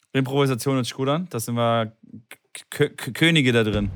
Improvisation hört sich gut an. Da sind wir Könige da drin.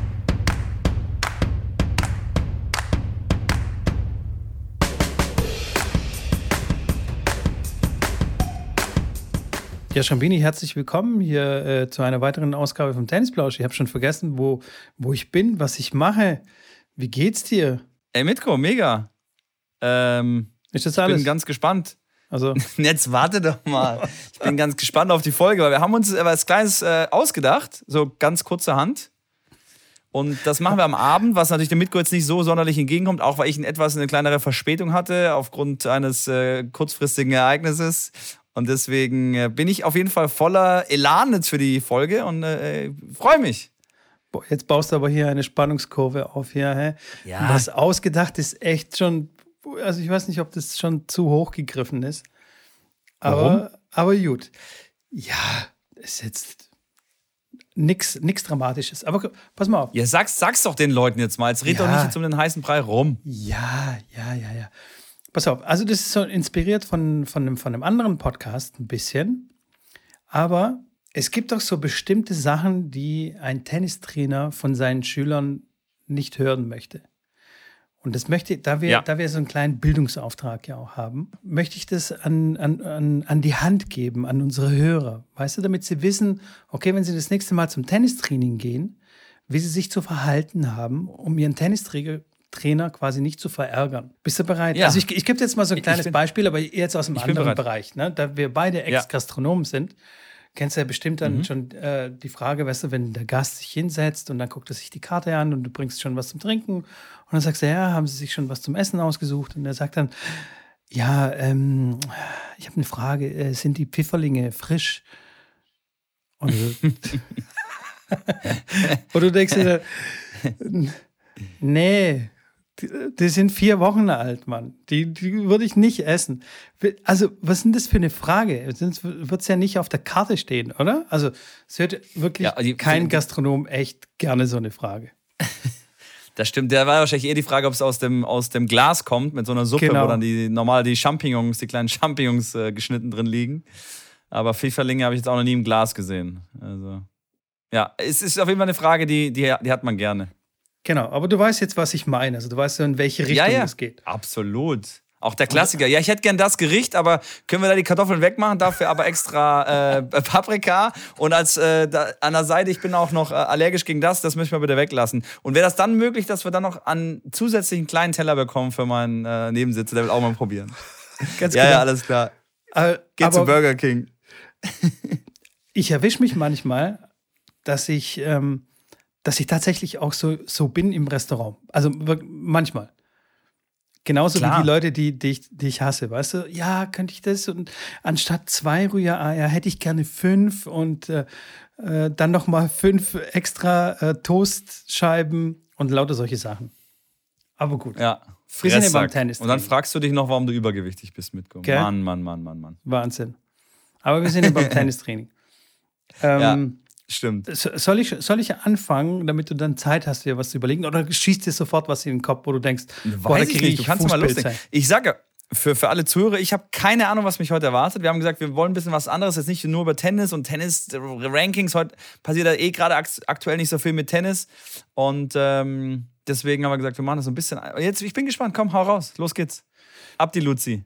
Ja, Schrambini, herzlich willkommen hier zu einer weiteren Ausgabe vom Tennisplausch. Ich habe schon vergessen, wo ich bin, was ich mache. Wie geht's dir? Ey, Mitko, mega. Ist das alles? Ich bin ganz gespannt. Also. Jetzt warte doch mal. Ich bin ganz gespannt auf die Folge, weil wir haben uns was Kleines ausgedacht, so ganz kurzerhand. Und das machen wir am Abend, was natürlich dem Mitko jetzt nicht so sonderlich entgegenkommt, auch weil ich eine kleinere Verspätung hatte aufgrund eines kurzfristigen Ereignisses. Und deswegen bin ich auf jeden Fall voller Elan jetzt für die Folge und freue mich. Boah, jetzt baust du aber hier eine Spannungskurve auf hier. Hä? Ja. Was ausgedacht ist echt schon, also ich weiß nicht, ob das schon zu hoch gegriffen ist. Aber gut. Ja, ist jetzt nichts Dramatisches. Aber pass mal auf. Ja, sag's doch den Leuten jetzt mal. Jetzt red doch nicht jetzt um den heißen Brei rum. Ja. Pass auf, also das ist so inspiriert von einem anderen Podcast ein bisschen, aber es gibt auch so bestimmte Sachen, die ein Tennistrainer von seinen Schülern nicht hören möchte. Und das möchte, da wir so einen kleinen Bildungsauftrag ja auch haben, möchte ich das an die Hand geben, an unsere Hörer, weißt du, damit sie wissen, okay, wenn sie das nächste Mal zum Tennistraining gehen, wie sie sich zu verhalten haben, um ihren Tennistrainer quasi nicht zu verärgern. Bist du bereit? Ja. Also ich gebe dir jetzt mal so ein kleines Beispiel, aber jetzt aus einem anderen Bereich. Ne? Da wir beide Ex-Gastronomen sind, kennst du ja bestimmt dann schon die Frage, weißt du, wenn der Gast sich hinsetzt und dann guckt er sich die Karte an und du bringst schon was zum Trinken und dann sagst du, ja, haben sie sich schon was zum Essen ausgesucht? Und er sagt dann, ja, ich habe eine Frage, sind die Pfifferlinge frisch? Und du denkst dir, nee, die sind 4 Wochen alt, Mann. Die würde ich nicht essen. Also, was ist denn das für eine Frage? Sonst wird es ja nicht auf der Karte stehen, oder? Also, es hört wirklich kein Gastronom echt gerne so eine Frage. Das stimmt. Der war wahrscheinlich eher die Frage, ob es aus dem Glas kommt, mit so einer Suppe, wo dann die kleinen Champignons geschnitten drin liegen. Aber Pfifferlinge habe ich jetzt auch noch nie im Glas gesehen. Also, ja, es ist auf jeden Fall eine Frage, die hat man gerne. Genau, aber du weißt jetzt, was ich meine. Also du weißt ja, in welche Richtung es geht. Absolut. Auch der Klassiker. Ja, ich hätte gern das Gericht, aber können wir da die Kartoffeln wegmachen? Dafür aber extra Paprika. Und an der Seite, ich bin auch noch allergisch gegen das müssen wir bitte weglassen. Und wäre das dann möglich, dass wir dann noch einen zusätzlichen kleinen Teller bekommen für meinen Nebensitzer? Der will auch mal probieren. Ganz genau. Ja, alles klar. Geht zu Burger King. Ich erwische mich manchmal, dass ich tatsächlich auch so bin im Restaurant. Also manchmal. Genauso wie die Leute, die ich hasse, weißt du? Ja, könnte ich das? Und anstatt 2 Rührei hätte ich gerne 5 und dann nochmal 5 extra Toastscheiben und lauter solche Sachen. Aber gut. Ja, wir sind ja beim Tennis. Und dann fragst du dich noch, warum du übergewichtig bist, Mitko. Okay. Mann. Wahnsinn. Aber wir sind ja beim Tennistraining. Stimmt. Soll ich anfangen, damit du dann Zeit hast, dir was zu überlegen? Oder schießt dir sofort was in den Kopf, wo du denkst, weiß ich nicht, du kannst mal loslegen. Ich sage, für alle Zuhörer, ich habe keine Ahnung, was mich heute erwartet. Wir haben gesagt, wir wollen ein bisschen was anderes, jetzt nicht nur über Tennis und Tennis-Rankings. Heute passiert da gerade aktuell nicht so viel mit Tennis. Und deswegen haben wir gesagt, wir machen das so ein bisschen. Jetzt, ich bin gespannt, komm, hau raus, los geht's. Ab die Luzi.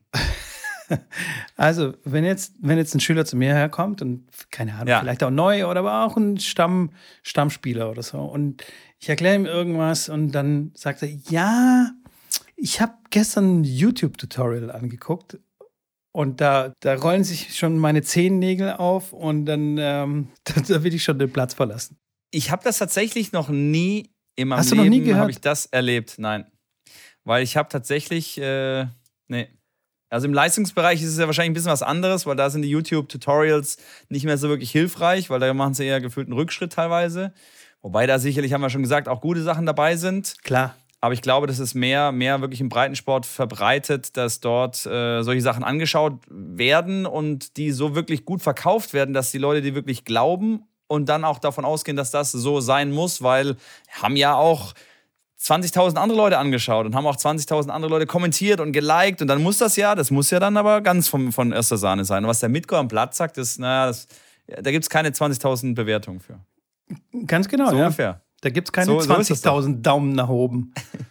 Also, wenn jetzt ein Schüler zu mir herkommt und, keine Ahnung, vielleicht auch neu oder aber auch ein Stammspieler oder so und ich erkläre ihm irgendwas und dann sagt er, ja, ich habe gestern ein YouTube-Tutorial angeguckt und da rollen sich schon meine Zehennägel auf und dann da will ich schon den Platz verlassen. Ich habe das tatsächlich noch nie in meinem Hast du noch nie Leben gehört? Habe ich das erlebt, nein. Weil ich habe tatsächlich, nee. Also im Leistungsbereich ist es ja wahrscheinlich ein bisschen was anderes, weil da sind die YouTube-Tutorials nicht mehr so wirklich hilfreich, weil da machen sie eher gefühlt einen Rückschritt teilweise. Wobei da sicherlich, haben wir schon gesagt, auch gute Sachen dabei sind. Klar. Aber ich glaube, das ist mehr wirklich im Breitensport verbreitet, dass dort solche Sachen angeschaut werden und die so wirklich gut verkauft werden, dass die Leute die wirklich glauben und dann auch davon ausgehen, dass das so sein muss, weil haben ja auch 20.000 andere Leute angeschaut und haben auch 20.000 andere Leute kommentiert und geliked und dann muss das muss ja dann aber ganz von erster Sahne sein. Und was der Mitko am Platz sagt, das Da gibt es keine 20.000 Bewertungen für. Ganz genau, so ja. ungefähr. Da gibt es keine 20.000 Daumen nach oben.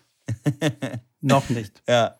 Noch nicht. Ja.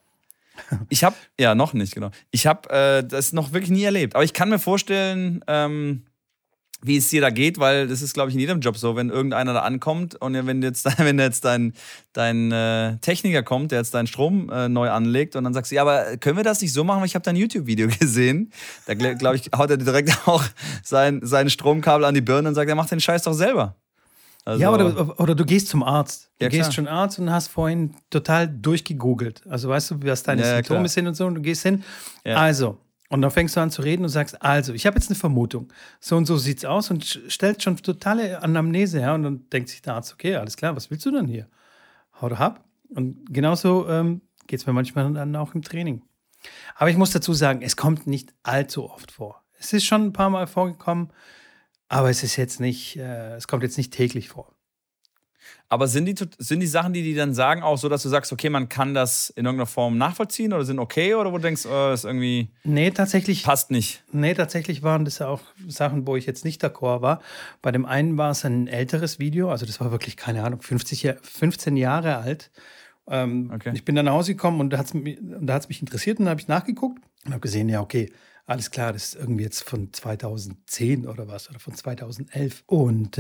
Noch nicht, genau. Ich habe das noch wirklich nie erlebt. Aber ich kann mir vorstellen, wie es dir da geht, weil das ist, glaube ich, in jedem Job so, wenn irgendeiner da ankommt und wenn jetzt dein Techniker kommt, der jetzt deinen Strom neu anlegt und dann sagst du, ja, aber können wir das nicht so machen, weil ich habe dein YouTube-Video gesehen. Da, glaube ich, haut er dir direkt auch sein Stromkabel an die Birne und sagt, er macht den Scheiß doch selber. Also, ja, oder du gehst zum Arzt. Du gehst klar. schon Arzt und hast vorhin total durchgegoogelt. Also weißt du, was deine Symptome sind und so und du gehst hin. Ja. Also, und dann fängst du an zu reden und sagst, also, ich habe jetzt eine Vermutung. So und so sieht's aus und stellt schon totale Anamnese her und dann denkt sich der Arzt, okay, alles klar, was willst du denn hier? Hau doch ab. Und genauso geht es mir manchmal dann auch im Training. Aber ich muss dazu sagen, es kommt nicht allzu oft vor. Es ist schon ein paar Mal vorgekommen, aber es ist jetzt nicht, es kommt jetzt nicht täglich vor. Aber sind die Sachen, die dann sagen, auch so, dass du sagst, okay, man kann das in irgendeiner Form nachvollziehen oder sind okay? Oder wo du denkst, ist irgendwie passt nicht? Nee, tatsächlich waren das auch Sachen, wo ich jetzt nicht d'accord war. Bei dem einen war es ein älteres Video, also das war wirklich, keine Ahnung, 15 Jahre alt. Okay. Ich bin dann nach Hause gekommen und da hat es mich interessiert und dann habe ich nachgeguckt und habe gesehen, ja, okay, alles klar, das ist irgendwie jetzt von 2010 oder was, oder von 2011. Und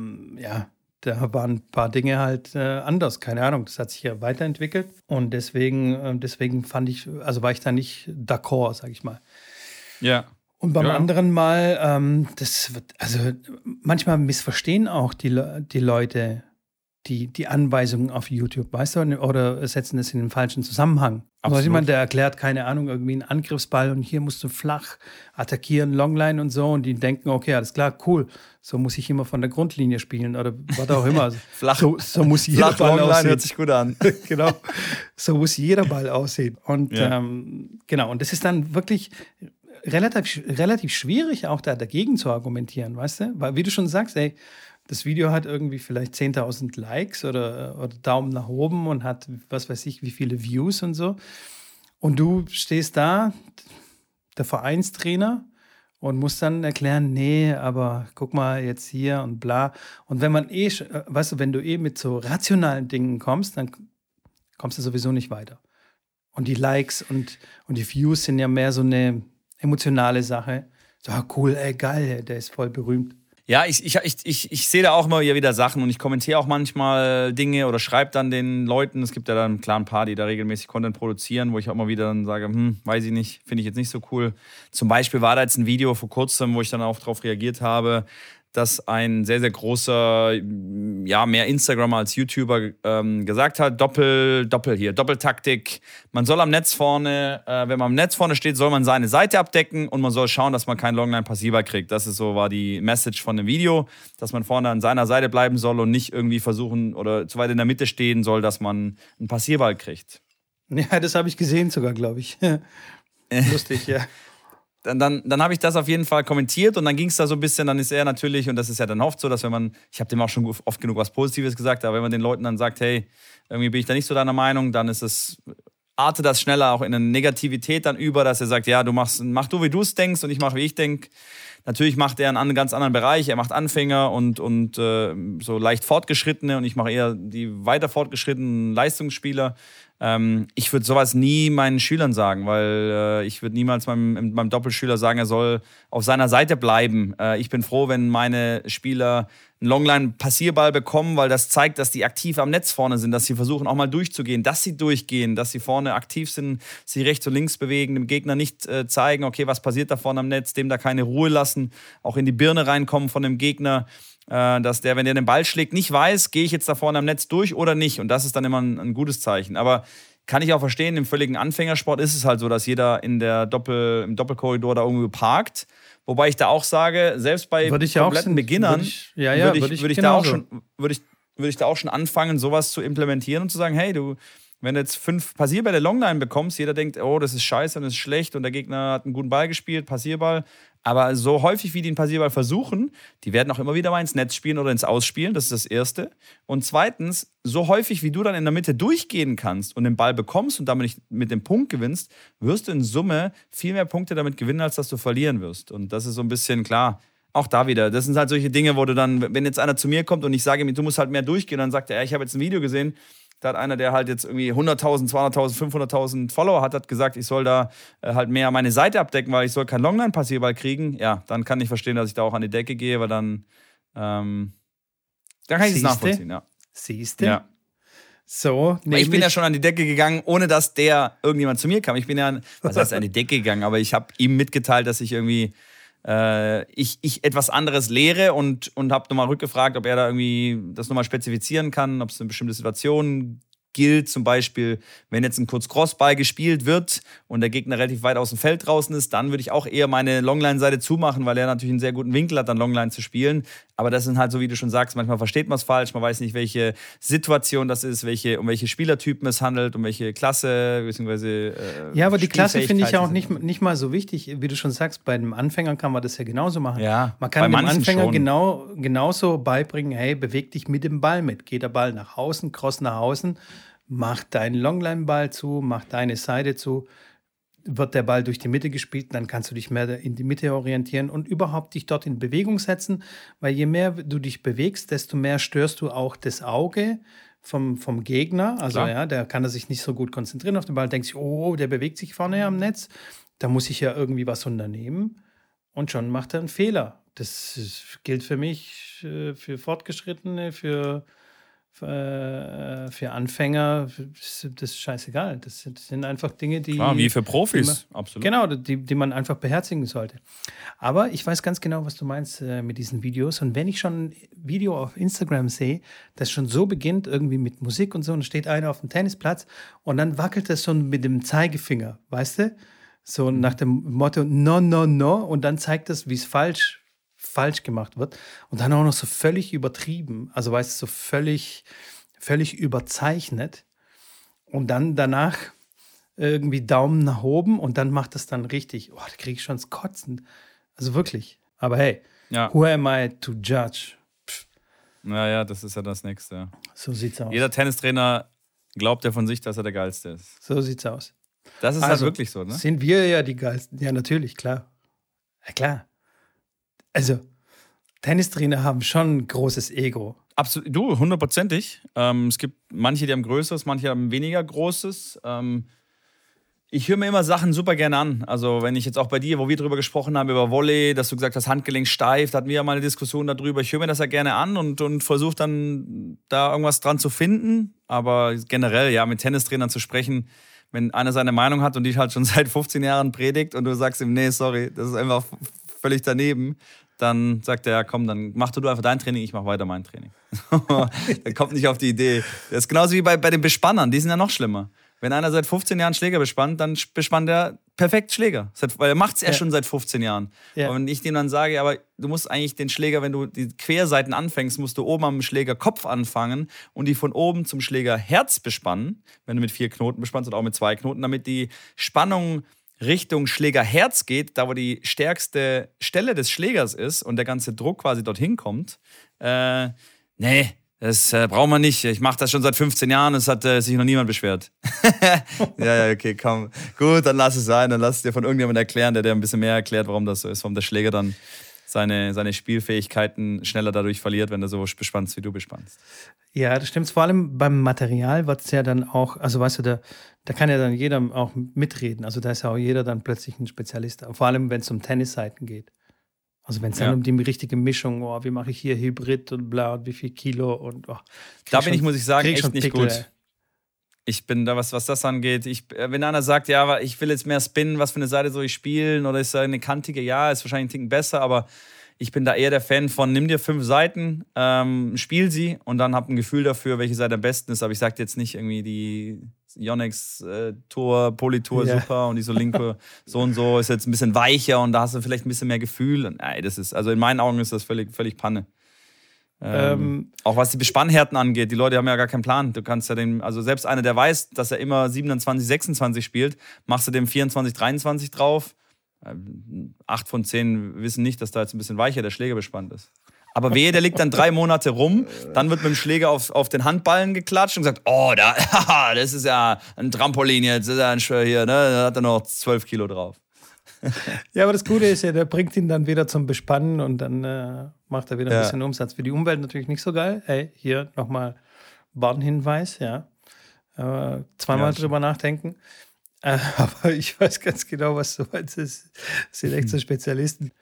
da waren ein paar Dinge halt anders, keine Ahnung, das hat sich ja weiterentwickelt und deswegen war ich da nicht d'accord, sag ich mal. Ja. Und beim anderen Mal, manchmal missverstehen auch die Leute die Anweisungen auf YouTube, weißt du, oder setzen es in den falschen Zusammenhang. Also jemand, der erklärt, keine Ahnung, irgendwie einen Angriffsball und hier musst du flach attackieren, Longline und so und die denken, okay, alles klar, cool, so muss ich immer von der Grundlinie spielen oder was auch immer. Flach, so muss jeder Ball aussehen. Hört sich gut an. Genau, so muss jeder Ball aussehen. Und genau, und das ist dann wirklich relativ schwierig, auch da dagegen zu argumentieren, weißt du? Weil, wie du schon sagst, ey, das Video hat irgendwie vielleicht 10.000 Likes oder Daumen nach oben und hat, was weiß ich, wie viele Views und so. Und du stehst da, der Vereinstrainer, und musst dann erklären, nee, aber guck mal jetzt hier und bla. Und wenn man weißt du, wenn du mit so rationalen Dingen kommst, dann kommst du sowieso nicht weiter. Und die Likes und die Views sind ja mehr so eine emotionale Sache. So, cool, ey, geil, der ist voll berühmt. Ja, ich sehe da auch immer wieder Sachen und ich kommentiere auch manchmal Dinge oder schreibe dann den Leuten. Es gibt ja dann klar ein paar, die da regelmäßig Content produzieren, wo ich auch immer wieder dann sage, weiß ich nicht, finde ich jetzt nicht so cool. Zum Beispiel war da jetzt ein Video vor kurzem, wo ich dann auch darauf reagiert habe, dass ein sehr, sehr großer, mehr Instagrammer als YouTuber gesagt hat, Doppeltaktik. Man soll am Netz vorne, wenn man am Netz vorne steht, soll man seine Seite abdecken und man soll schauen, dass man keinen Longline-Passierball kriegt. Das ist so, war die Message von dem Video, dass man vorne an seiner Seite bleiben soll und nicht irgendwie versuchen oder zu weit in der Mitte stehen soll, dass man einen Passierball kriegt. Ja, das habe ich gesehen sogar, glaube ich. Lustig, ja. Dann habe ich das auf jeden Fall kommentiert und dann ging es da so ein bisschen, dann ist er natürlich, und das ist ja dann oft so, dass wenn man, ich habe dem auch schon oft genug was Positives gesagt, aber wenn man den Leuten dann sagt, hey, irgendwie bin ich da nicht so deiner Meinung, dann ist es, artet das schneller auch in eine Negativität dann über, dass er sagt, ja, mach du, wie du es denkst und ich mache, wie ich denke. Natürlich macht er einen ganz anderen Bereich, er macht Anfänger und so leicht Fortgeschrittene und ich mache eher die weiter fortgeschrittenen Leistungsspieler. Ich würde sowas nie meinen Schülern sagen, weil ich würde niemals meinem Doppelschüler sagen, er soll auf seiner Seite bleiben. Ich bin froh, wenn meine Spieler einen Longline-Passierball bekommen, weil das zeigt, dass die aktiv am Netz vorne sind, dass sie versuchen auch mal durchzugehen, dass sie durchgehen, dass sie vorne aktiv sind, sich rechts und links bewegen, dem Gegner nicht zeigen, okay, was passiert da vorne am Netz, dem da keine Ruhe lassen, auch in die Birne reinkommen von dem Gegner. Dass der, wenn der den Ball schlägt, nicht weiß, gehe ich jetzt da vorne am Netz durch oder nicht. Und das ist dann immer ein gutes Zeichen. Aber kann ich auch verstehen, im völligen Anfängersport ist es halt so, dass jeder im Doppelkorridor da irgendwo parkt. Wobei ich da auch sage, selbst bei kompletten Beginnern würde ich da auch schon anfangen, sowas zu implementieren und zu sagen, hey, wenn du jetzt 5 Passierbälle Longline bekommst, jeder denkt, oh, das ist scheiße und das ist schlecht und der Gegner hat einen guten Ball gespielt, Passierball. Aber so häufig, wie die einen Passierball versuchen, die werden auch immer wieder mal ins Netz spielen oder ins Ausspielen, das ist das Erste. Und zweitens, so häufig, wie du dann in der Mitte durchgehen kannst und den Ball bekommst und damit nicht mit dem Punkt gewinnst, wirst du in Summe viel mehr Punkte damit gewinnen, als dass du verlieren wirst. Und das ist so ein bisschen klar. auch da wieder, das sind halt solche Dinge, wo du dann, wenn jetzt einer zu mir kommt und ich sage ihm, du musst halt mehr durchgehen, dann sagt er, ich habe jetzt ein Video gesehen, da hat einer, der halt jetzt irgendwie 100.000, 200.000, 500.000 Follower hat gesagt, ich soll da halt mehr meine Seite abdecken, weil ich soll keinen Longline-Passierball kriegen. Ja, dann kann ich verstehen, dass ich da auch an die Decke gehe, weil dann kann ich es nachvollziehen, ja. Siehste? Ja. So, ich bin ja schon an die Decke gegangen, ohne dass irgendjemand zu mir kam. Ich bin ja, was heißt an die Decke gegangen, aber ich habe ihm mitgeteilt, dass ich irgendwie ich etwas anderes lehre und habe nochmal rückgefragt, ob er da irgendwie das nochmal spezifizieren kann, ob es eine bestimmte Situation gilt, zum Beispiel, wenn jetzt ein Kurz-Crossball gespielt wird und der Gegner relativ weit aus dem Feld draußen ist, dann würde ich auch eher meine Longline-Seite zumachen, weil er natürlich einen sehr guten Winkel hat, dann Longline zu spielen. Aber das sind halt so, wie du schon sagst, manchmal versteht man es falsch, man weiß nicht, welche Situation das ist, um welche Spielertypen es handelt, um welche Klasse, beziehungsweise ja, aber die Klasse finde ich ja auch nicht mal so wichtig. Wie du schon sagst, bei einem Anfänger kann man das ja genauso machen. Ja, man kann dem Anfänger genauso beibringen, hey, beweg dich mit dem Ball mit. Geht der Ball nach außen, cross nach außen, mach deinen Longline-Ball zu, mach deine Seite zu, wird der Ball durch die Mitte gespielt, dann kannst du dich mehr in die Mitte orientieren und überhaupt dich dort in Bewegung setzen, weil je mehr du dich bewegst, desto mehr störst du auch das Auge vom Gegner. Also ja, der kann sich nicht so gut konzentrieren auf den Ball, denkt sich, oh, der bewegt sich vorne am Netz, da muss ich ja irgendwie was unternehmen und schon macht er einen Fehler. Das gilt für mich, für Fortgeschrittene, für Anfänger, das ist scheißegal. Das sind einfach Dinge, die... Klar, wie für Profis, absolut. Genau, die man einfach beherzigen sollte. Aber ich weiß ganz genau, was du meinst mit diesen Videos. Und wenn ich schon ein Video auf Instagram sehe, das schon so beginnt, irgendwie mit Musik und so, und steht einer auf dem Tennisplatz und dann wackelt das schon mit dem Zeigefinger, weißt du? So nach dem Motto, no, no, no. Und dann zeigt das, wie es falsch gemacht wird und dann auch noch so völlig übertrieben, also weißt du, so völlig überzeichnet und dann danach irgendwie Daumen nach oben und dann macht das dann richtig, da kriege ich schon das Kotzen, also wirklich, aber hey, who am I to judge? Naja, das ist ja das Nächste. Ja. So sieht's aus. Jeder Tennistrainer glaubt ja von sich, dass er der Geilste ist. So sieht's aus. Das ist halt wirklich so, ne? Sind wir ja die Geilsten, ja natürlich, klar. Ja klar. Also, Tennistrainer haben schon ein großes Ego. Absolut, du, 100%ig. Es gibt manche, die haben größeres, manche haben weniger großes. Ich höre mir immer Sachen super gerne an. Also, wenn ich jetzt auch bei dir, wo wir drüber gesprochen haben, über Volley, dass du gesagt hast, Handgelenk steif, da hatten wir ja mal eine Diskussion darüber. Ich höre mir das ja gerne an und versuche dann da irgendwas dran zu finden. Aber generell, ja, mit Tennistrainern zu sprechen, wenn einer seine Meinung hat und die halt schon seit 15 Jahren predigt und du sagst ihm, nee, sorry, das ist einfach völlig daneben, dann sagt er, ja komm, dann mach du einfach dein Training, ich mach weiter mein Training. Der kommt nicht auf die Idee. Das ist genauso wie bei den Bespannern, die sind ja noch schlimmer. Wenn einer seit 15 Jahren Schläger bespannt, dann bespannt er perfekt Schläger. Weil er macht es ja schon seit 15 Jahren. Ja. Und wenn ich dem dann sage, aber du musst eigentlich den Schläger, wenn du die Querseiten anfängst, musst du oben am Schlägerkopf anfangen und die von oben zum Schlägerherz bespannen, wenn du mit 4 Knoten bespannst oder auch mit 2 Knoten, damit die Spannung Richtung Schlägerherz geht, da wo die stärkste Stelle des Schlägers ist und der ganze Druck quasi dorthin kommt. Nee, das brauchen wir nicht. Ich mache das schon seit 15 Jahren, es hat sich noch niemand beschwert. ja, okay, komm. Gut, dann lass es sein, dann lass es dir von irgendjemandem erklären, der dir ein bisschen mehr erklärt, warum das so ist, warum der Schläger dann seine Spielfähigkeiten schneller dadurch verliert, wenn du so bespannst, wie du bespannst. Ja, das stimmt. Vor allem beim Material wird es ja dann auch, also weißt du, da kann ja dann jeder auch mitreden. Also da ist ja auch jeder dann plötzlich ein Spezialist. Vor allem, wenn es um Tennisseiten geht. Also wenn es dann um die richtige Mischung, wie mache ich hier Hybrid und bla und wie viel Kilo und da bin ich, muss ich sagen, echt nicht Pickel, gut. Ey. Ich bin da, was das angeht, wenn einer sagt, ja, ich will jetzt mehr spinnen, was für eine Seite soll ich spielen oder ist da eine kantige, ja, ist wahrscheinlich ein Ticken besser, aber ich bin da eher der Fan von, nimm dir 5 Seiten, spiel sie und dann hab ein Gefühl dafür, welche Seite am besten ist, aber ich sag dir jetzt nicht irgendwie die Yonex Tour, Polytour, super und die Solinko so und so ist jetzt ein bisschen weicher und da hast du vielleicht ein bisschen mehr Gefühl und nein, das ist, also in meinen Augen ist das völlig Panne. Auch was die Bespannhärten angeht, die Leute haben ja gar keinen Plan. Du kannst ja also selbst einer, der weiß, dass er immer 27, 26 spielt, machst du dem 24, 23 drauf. 8 von 10 wissen nicht, dass da jetzt ein bisschen weicher der Schläger bespannt ist. Aber wehe, der liegt dann 3 Monate rum, dann wird mit dem Schläger auf den Handballen geklatscht und gesagt, das ist ja ein Trampolin jetzt, das ist ja ein Schwör hier, ne? Da hat er noch 12 Kilo drauf. Ja, aber das Gute ist ja, der bringt ihn dann wieder zum Bespannen und dann macht er wieder ein bisschen Umsatz. Für die Umwelt natürlich nicht so geil. Hey, hier nochmal Warnhinweis, ja. Zweimal drüber nachdenken. Aber ich weiß ganz genau, was du meinst. Das sind echt so Spezialisten.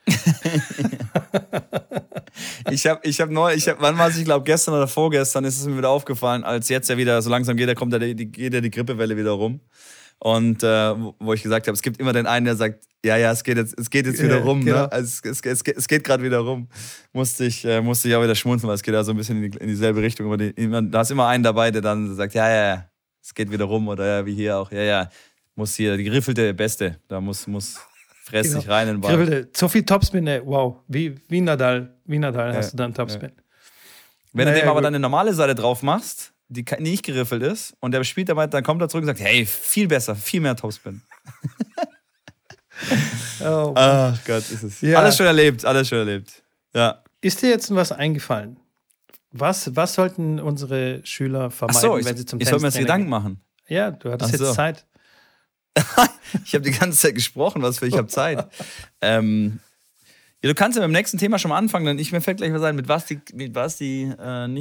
Wann war es, ich glaube, gestern oder vorgestern ist es mir wieder aufgefallen, als jetzt ja wieder so langsam geht, kommt ja die Grippewelle wieder rum. Und wo ich gesagt habe, es gibt immer den einen, der sagt, ja, es geht jetzt wieder rum. Genau. Ne? Also es geht gerade wieder rum. Musste ich auch wieder schmunzeln, weil es geht ja so ein bisschen in dieselbe Richtung. Da ist immer einen dabei, der dann sagt, ja, es geht wieder rum. Oder ja, wie hier auch, muss hier, die Griffelte Beste, da muss fress dich rein in den Ball. Griffelte, so viel Topspin, wow, wie Nadal hast du dann Topspin. Wenn du dem aber dann eine normale Seite drauf machst, die nicht geriffelt ist, und der spielt dabei, dann kommt er zurück und sagt, hey, viel besser, viel mehr Topspin. Ach Gott, ist es. Ja. Alles schon erlebt. Ja. Ist dir jetzt was eingefallen? Was sollten unsere Schüler vermeiden, wenn sie zum Tennis Ich soll mir jetzt Gedanken machen. Ja, du hattest jetzt Zeit. Ich habe die ganze Zeit gesprochen, ich habe Zeit. Du kannst ja mit dem nächsten Thema schon mal anfangen, denn mir fällt gleich was ein, mit was die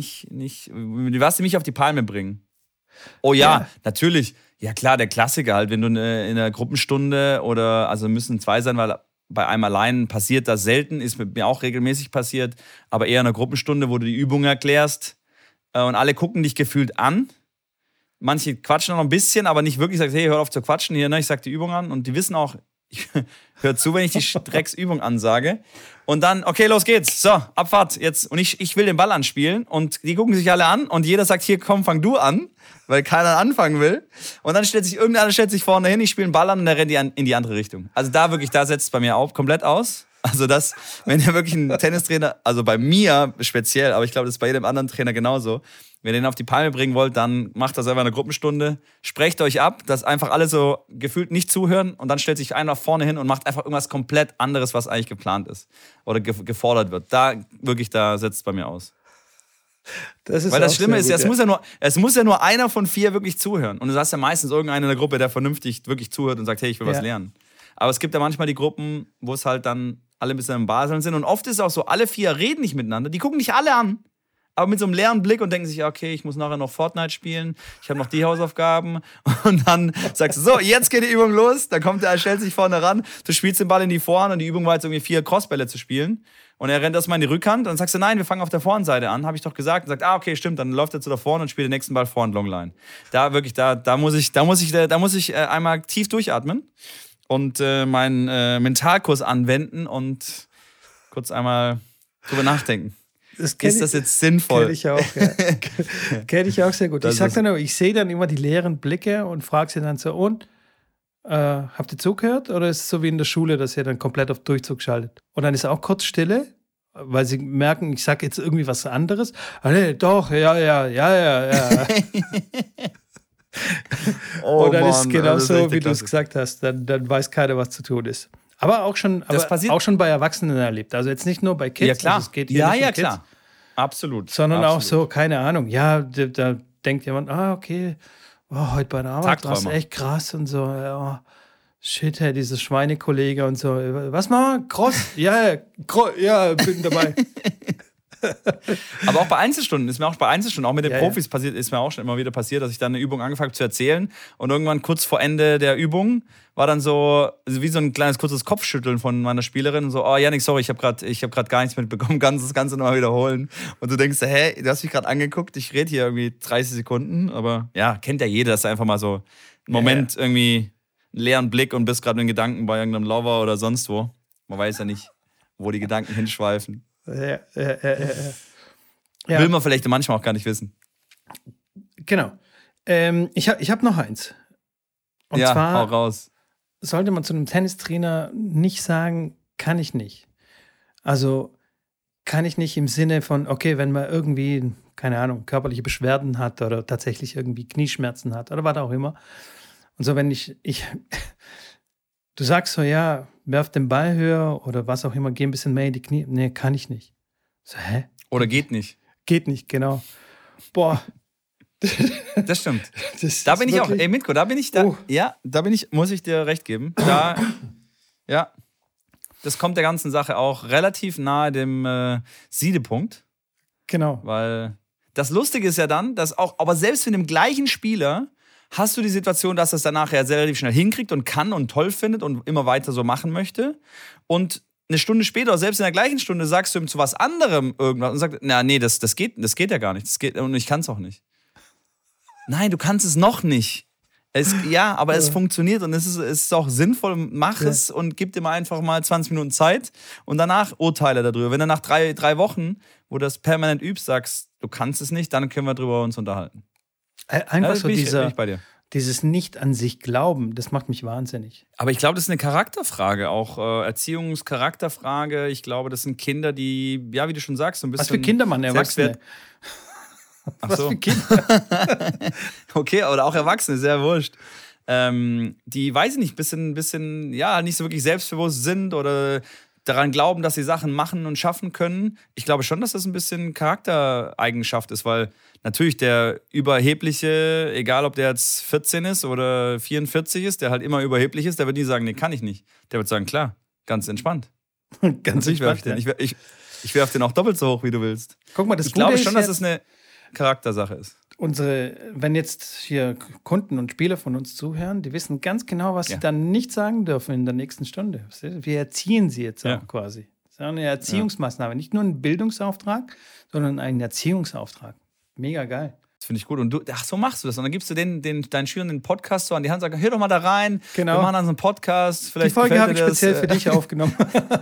mich auf die Palme bringen. Oh ja, natürlich. Ja klar, der Klassiker halt, wenn du in einer Gruppenstunde also müssen 2 sein, weil bei einem allein passiert das selten, ist mit mir auch regelmäßig passiert, aber eher in einer Gruppenstunde, wo du die Übung erklärst und alle gucken dich gefühlt an. Manche quatschen noch ein bisschen, aber nicht wirklich. Sagst, hey, hör auf zu quatschen hier, ne? Ich sag die Übung an und die wissen auch, ich höre zu, wenn ich die Drecksübung ansage. Und dann, okay, los geht's. So, Abfahrt jetzt. Und ich will den Ball anspielen und die gucken sich alle an und jeder sagt, hier, komm, fang du an, weil keiner anfangen will. Und dann stellt sich vorne hin, ich spiele einen Ball an und der rennt in die andere Richtung. Also da setzt es bei mir komplett aus. Also das, wenn ihr wirklich einen Tennistrainer, also bei mir speziell, aber ich glaube, das ist bei jedem anderen Trainer genauso, wenn ihr den auf die Palme bringen wollt, dann macht das einfach eine Gruppenstunde, sprecht euch ab, dass einfach alle so gefühlt nicht zuhören und dann stellt sich einer vorne hin und macht einfach irgendwas komplett anderes, was eigentlich geplant ist oder gefordert wird. Da setzt es bei mir aus. Weil das Schlimme ist, es muss ja nur einer von 4 wirklich zuhören. Und du hast ja meistens irgendeinen in der Gruppe, der vernünftig wirklich zuhört und sagt, hey, ich will was lernen. Aber es gibt ja manchmal die Gruppen, wo es halt dann alle ein bisschen im Baseln sind. Und oft ist es auch so, alle 4 reden nicht miteinander. Die gucken nicht alle an, aber mit so einem leeren Blick und denken sich, okay, ich muss nachher noch Fortnite spielen, ich habe noch die Hausaufgaben. Und dann sagst du, so, jetzt geht die Übung los. Dann stellt sich vorne ran, du spielst den Ball in die Vorhand und die Übung war jetzt irgendwie 4 Crossbälle zu spielen. Und er rennt erstmal in die Rückhand und dann sagst du, nein, wir fangen auf der Vorhandseite an, habe ich doch gesagt. Und sagt, okay, stimmt, dann läuft er zu der Vorhand und spielt den nächsten Ball Vorhand Longline. Da muss ich einmal tief durchatmen und meinen Mentalkurs anwenden und kurz einmal drüber nachdenken. Ist das jetzt sinnvoll? Kenne ich auch, ja. Kenne ich auch sehr gut. Ich sehe dann immer die leeren Blicke und frage sie dann so, und habt ihr zugehört? Oder ist es so wie in der Schule, dass ihr dann komplett auf Durchzug schaltet? Und dann ist auch kurz Stille, weil sie merken, ich sage jetzt irgendwie was anderes. Ah, nee, doch, ja. Und dann ist es genauso, wie du es gesagt hast. Dann weiß keiner, was zu tun ist. Aber auch schon bei Erwachsenen erlebt. Also jetzt nicht nur bei Kids. Ja, klar. Also es geht hier nicht um Kids, klar. Absolut. Sondern auch so, keine Ahnung. Ja, da denkt jemand, okay, heute bei der Arbeit war es echt krass und so. Ja, shit, hey, dieses Schweinekollege und so. Was machen wir? Cross? Ja, bin dabei. Aber auch bei Einzelstunden, auch mit den Profis passiert, ist mir auch schon immer wieder passiert, dass ich dann eine Übung angefangen habe zu erzählen und irgendwann kurz vor Ende der Übung war dann so wie so ein kleines kurzes Kopfschütteln von meiner Spielerin und so, oh Janik, sorry, ich habe gerade gar nichts mitbekommen, kannst das Ganze nochmal wiederholen. Und du denkst, hey, du hast mich gerade angeguckt, ich rede hier irgendwie 30 Sekunden, aber ja, kennt ja jeder, dass du einfach mal so einen Moment irgendwie einen leeren Blick und bist gerade in Gedanken bei irgendeinem Lover oder sonst wo. Man weiß ja nicht, wo die Gedanken hinschweifen. Ja. Will man vielleicht manchmal auch gar nicht wissen. Genau. Ich hab noch eins. Und zwar hau raus. Sollte man zu einem Tennistrainer nicht sagen, kann ich nicht. Also kann ich nicht im Sinne von, okay, wenn man irgendwie, keine Ahnung, körperliche Beschwerden hat oder tatsächlich irgendwie Knieschmerzen hat oder was auch immer. Und so, wenn du sagst so, ja, werf den Ball höher oder was auch immer, geh ein bisschen mehr in die Knie. Nee, kann ich nicht. So, hä? Oder geht nicht. Geht nicht, genau. Boah. Das stimmt. Da bin ich auch, Mitko, da bin ich, muss ich dir recht geben. Da Ja. Das kommt der ganzen Sache auch relativ nahe dem Siedepunkt. Genau. Weil das Lustige ist ja dann, dass auch, aber selbst mit dem gleichen Spieler hast du die Situation, dass er es danach ja sehr relativ schnell hinkriegt und kann und toll findet und immer weiter so machen möchte. Und eine Stunde später, oder selbst in der gleichen Stunde, sagst du ihm zu was anderem irgendwas und sagst, nee, das geht ja gar nicht. Das geht, und ich kann es auch nicht. Nein, du kannst es noch nicht. Aber es funktioniert und es ist auch sinnvoll, mach es und gib dir mal einfach mal 20 Minuten Zeit und danach urteile darüber. Wenn du nach drei Wochen, wo du das permanent übst, sagst, du kannst es nicht, dann können wir darüber uns unterhalten. Einfach so bin ich bei dir. Dieses Nicht an sich glauben, das macht mich wahnsinnig. Aber ich glaube, das ist eine Charakterfrage, auch Erziehungscharakterfrage. Ich glaube, das sind Kinder, die, ja, wie du schon sagst, so ein bisschen. Was für Kinder, Mann, Erwachsene. Ach so. Was für Kinder? Okay, oder auch Erwachsene, sehr wurscht. Die, weiß ich nicht, bisschen, ja, nicht so wirklich selbstbewusst sind oder daran glauben, dass sie Sachen machen und schaffen können. Ich glaube schon, dass das ein bisschen Charaktereigenschaft ist, weil natürlich der Überhebliche, egal ob der jetzt 14 ist oder 44 ist, der halt immer überheblich ist, der wird nie sagen, nee, kann ich nicht. Der wird sagen, klar, ganz entspannt. Ganz entspannt. Ich werfe den auch doppelt so hoch, wie du willst. Guck mal, ich glaube schon, dass es eine Charaktersache ist. Wenn jetzt hier Kunden und Spieler von uns zuhören, die wissen ganz genau, was sie dann nicht sagen dürfen in der nächsten Stunde. Wir erziehen sie jetzt auch quasi. Das ist eine Erziehungsmaßnahme. Nicht nur ein Bildungsauftrag, sondern ein Erziehungsauftrag. Mega geil. Das finde ich gut. Und so machst du das. Und dann gibst du deinen Schülern den Podcast so an die Hand und sagst, hör doch mal da rein. Genau. Wir machen dann so einen Podcast. Vielleicht die Folge habe ich speziell für dich aufgenommen.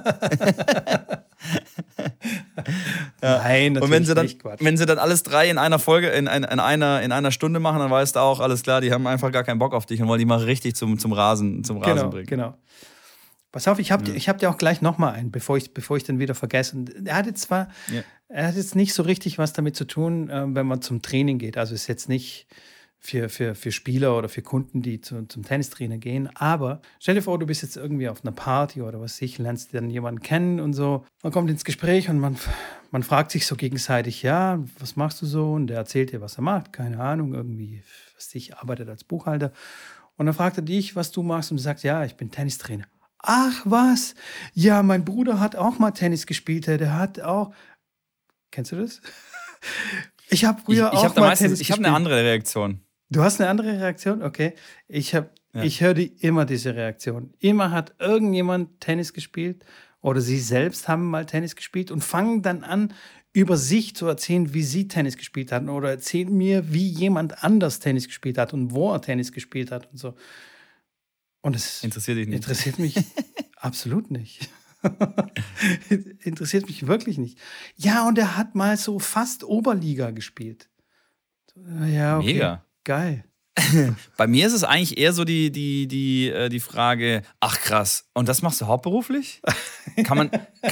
Nein, natürlich nicht, Quatsch. Wenn sie dann alles drei in einer Folge, in einer Stunde machen, dann weißt du auch, alles klar, die haben einfach gar keinen Bock auf dich und wollen die mal richtig zum Rasen bringen. Genau. Pass auf, ich hab dir auch gleich nochmal einen, bevor ich den wieder vergesse. Und er hat jetzt nicht so richtig was damit zu tun, wenn man zum Training geht. Also ist jetzt nicht für Spieler oder für Kunden, die zum Tennistrainer gehen. Aber stell dir vor, du bist jetzt irgendwie auf einer Party oder was weiß ich, lernst dann jemanden kennen und so. Man kommt ins Gespräch und man fragt sich so gegenseitig, ja, was machst du so? Und der erzählt dir, was er macht. Keine Ahnung, irgendwie, was ich arbeitet als Buchhalter. Und dann fragt er dich, was du machst und du sagst, ja, ich bin Tennistrainer. Ach, was? Ja, mein Bruder hat auch mal Tennis gespielt. Der hat auch... Kennst du das? Ich habe früher auch mal Tennis gespielt. Ich habe eine andere Reaktion. Du hast eine andere Reaktion? Okay. Ich höre immer diese Reaktion. Immer hat irgendjemand Tennis gespielt oder sie selbst haben mal Tennis gespielt und fangen dann an, über sich zu erzählen, wie sie Tennis gespielt hatten oder erzählen mir, wie jemand anders Tennis gespielt hat und wo er Tennis gespielt hat und so. Und es interessiert dich nicht. Interessiert mich absolut nicht. Interessiert mich wirklich nicht. Ja, und er hat mal so fast Oberliga gespielt. Ja, okay. Mega. Geil. Bei mir ist es eigentlich eher so die Frage, ach krass, und das machst du hauptberuflich? Kann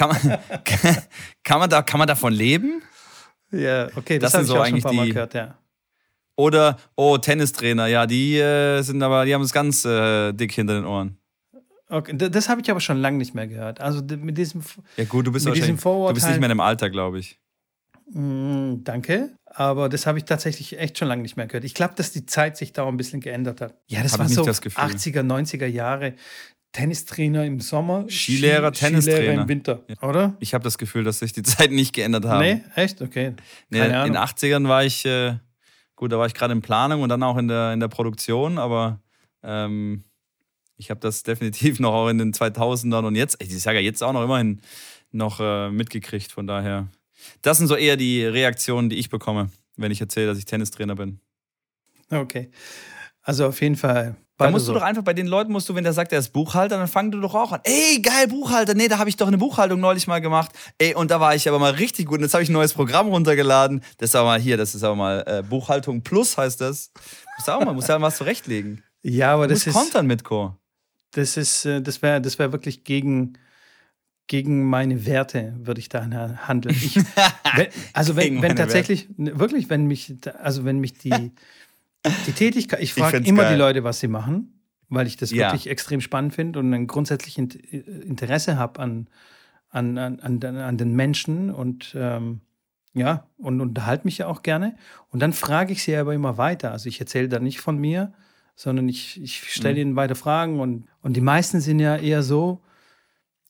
man davon leben? Ja, okay, das habe ich so auch schon ein paar Mal gehört, ja. Oder, Tennistrainer, ja, die haben es ganz dick hinter den Ohren. Okay, das habe ich aber schon lange nicht mehr gehört. Also mit diesem Ja gut, du bist nicht mehr im Alter, glaube ich. Danke, aber das habe ich tatsächlich echt schon lange nicht mehr gehört. Ich glaube, dass die Zeit sich da ein bisschen geändert hat. Ja, das war so 80er, 90er Jahre. Tennistrainer im Sommer, Skilehrer, Tennistrainer Skilehrer im Winter, oder? Ich habe das Gefühl, dass sich die Zeiten nicht geändert haben. Nee, echt? Okay. Keine Ahnung. In den 80ern war ich, da war ich gerade in Planung und dann auch in der Produktion, aber ich habe das definitiv noch auch in den 2000ern und jetzt, ich sage ja jetzt auch noch immerhin noch mitgekriegt, von daher. Das sind so eher die Reaktionen, die ich bekomme, wenn ich erzähle, dass ich Tennistrainer bin. Okay. Also auf jeden Fall. Da musst du doch einfach bei den Leuten, wenn der sagt, er ist Buchhalter, dann fang du doch auch an. Ey, geil, Buchhalter. Nee, da habe ich doch eine Buchhaltung neulich mal gemacht. Ey, und da war ich aber mal richtig gut. Und jetzt habe ich ein neues Programm runtergeladen. Das ist aber mal Buchhaltung Plus heißt das. Musst ja mal was zurechtlegen. Ja, aber das ist kontern mit Co. Das wäre wirklich gegen meine Werte, würde ich da handeln. Wenn tatsächlich, wirklich, wenn mich die Tätigkeit, ich frage immer geil. Die Leute, was sie machen, weil ich das wirklich extrem spannend finde und ein grundsätzliches Interesse habe an den Menschen und und unterhalte mich ja auch gerne. Und dann frage ich sie aber immer weiter. Also ich erzähle da nicht von mir, sondern ich stelle ihnen weiter Fragen und die meisten sind ja eher so,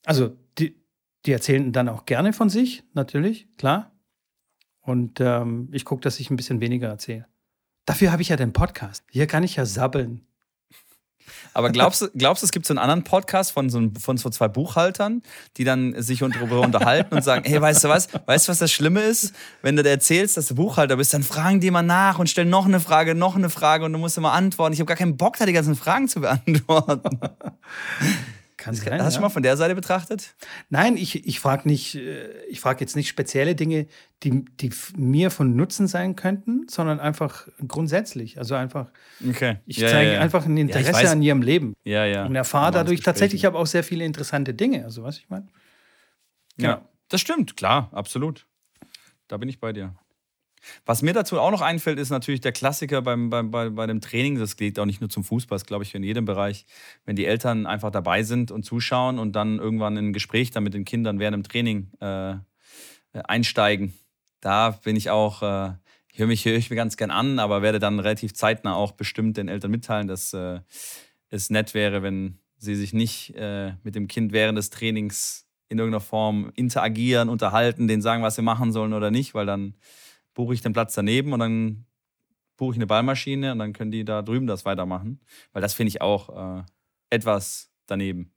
Also die erzählen dann auch gerne von sich, natürlich, klar. Und ich gucke, dass ich ein bisschen weniger erzähle. Dafür habe ich ja den Podcast. Hier kann ich ja sabbeln. Aber glaubst du, es gibt so einen anderen Podcast von so zwei Buchhaltern, die dann sich darüber unterhalten und sagen, hey, weißt du, was das Schlimme ist? Wenn du dir erzählst, dass du Buchhalter bist, dann fragen die immer nach und stellen noch eine Frage und du musst immer antworten. Ich habe gar keinen Bock, da die ganzen Fragen zu beantworten. Kann sein, Hast du schon mal von der Seite betrachtet? Nein, ich frage jetzt nicht spezielle Dinge, die mir von Nutzen sein könnten, sondern einfach grundsätzlich. Also einfach, okay. ich zeige einfach ein Interesse an ihrem Leben. Ja. Und erfahre dadurch tatsächlich aber auch sehr viele interessante Dinge. Also, was ich meine? Ja, das stimmt, klar, absolut. Da bin ich bei dir. Was mir dazu auch noch einfällt, ist natürlich der Klassiker bei dem Training. Das geht auch nicht nur zum Fußball, das glaube ich in jedem Bereich. Wenn die Eltern einfach dabei sind und zuschauen und dann irgendwann in ein Gespräch dann mit den Kindern während dem Training einsteigen. Da bin ich auch, höre ich mir ganz gern an, aber werde dann relativ zeitnah auch bestimmt den Eltern mitteilen, dass es nett wäre, wenn sie sich nicht mit dem Kind während des Trainings in irgendeiner Form interagieren, unterhalten, denen sagen, was sie machen sollen oder nicht, weil dann buche ich den Platz daneben und dann buche ich eine Ballmaschine und dann können die da drüben das weitermachen. Weil das finde ich auch etwas daneben.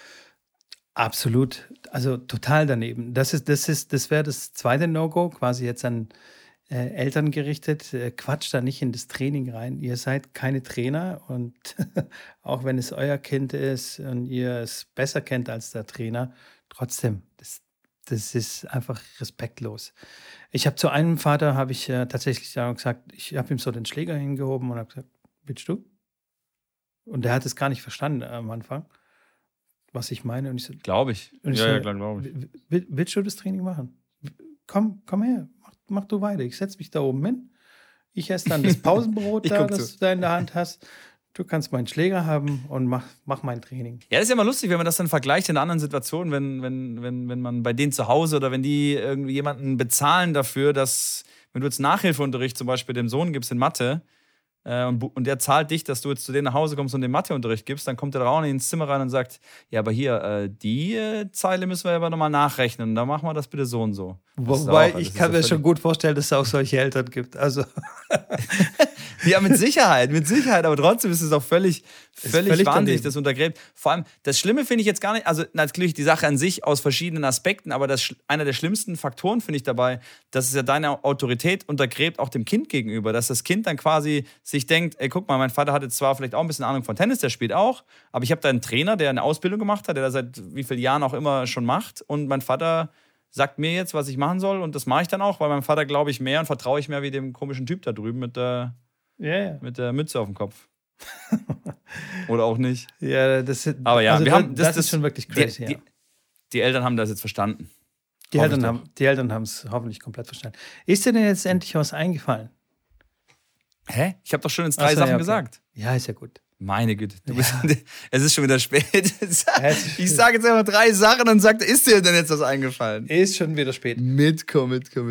Absolut, also total daneben. Das wäre das zweite No-Go, quasi jetzt an Eltern gerichtet. Quatscht da nicht in das Training rein. Ihr seid keine Trainer und auch wenn es euer Kind ist und ihr es besser kennt als der Trainer, trotzdem, das ist einfach respektlos. Ich habe zu einem Vater, habe ich tatsächlich gesagt, ich habe ihm so den Schläger hingehoben und habe gesagt, willst du? Und der hat es gar nicht verstanden am Anfang, was ich meine. Und ich so, glaube ich. Ja, glaube ich. Willst du das Training machen? Komm her, mach du weiter. Ich setze mich da oben hin. Ich esse dann das Pausenbrot da, das du da in der Hand hast. Du kannst meinen Schläger haben und mach mein Training. Ja, das ist ja immer lustig, wenn man das dann vergleicht in anderen Situationen, wenn man bei denen zu Hause oder wenn die irgendwie jemanden bezahlen dafür, dass, wenn du jetzt Nachhilfeunterricht zum Beispiel dem Sohn gibst in Mathe und der zahlt dich, dass du jetzt zu denen nach Hause kommst und den Matheunterricht gibst, dann kommt der auch nicht ins Zimmer rein und sagt, ja, aber hier, die Zeile müssen wir aber nochmal nachrechnen, da machen wir das bitte so und so. Wobei, ich kann mir schon gut vorstellen, dass es auch solche Eltern gibt. Also ja, mit Sicherheit, aber trotzdem ist es auch völlig wahnsinnig, das untergräbt. Vor allem, das Schlimme finde ich jetzt gar nicht, also natürlich die Sache an sich aus verschiedenen Aspekten, aber einer der schlimmsten Faktoren finde ich dabei, dass es ja deine Autorität untergräbt, auch dem Kind gegenüber, dass das Kind dann quasi sich denkt, ey, guck mal, mein Vater hat jetzt zwar vielleicht auch ein bisschen Ahnung von Tennis, der spielt auch, aber ich habe da einen Trainer, der eine Ausbildung gemacht hat, der da seit wie vielen Jahren auch immer schon macht und mein Vater sagt mir jetzt, was ich machen soll und das mache ich dann auch, weil meinem Vater glaube ich mehr und vertraue ich mehr wie dem komischen Typ da drüben mit der Mütze auf dem Kopf. Oder auch nicht. Ja, das ist schon wirklich crazy. Die Eltern haben das jetzt verstanden. Die Eltern haben es hoffentlich komplett verstanden. Ist dir denn jetzt endlich was eingefallen? Hä? Ich habe doch schon jetzt 3 Sachen gesagt. Ja, ist ja gut. Meine Güte. Es ist schon wieder spät. Ich sage jetzt einfach 3 Sachen und sage, ist dir denn jetzt was eingefallen? Ist schon wieder spät. Mitko.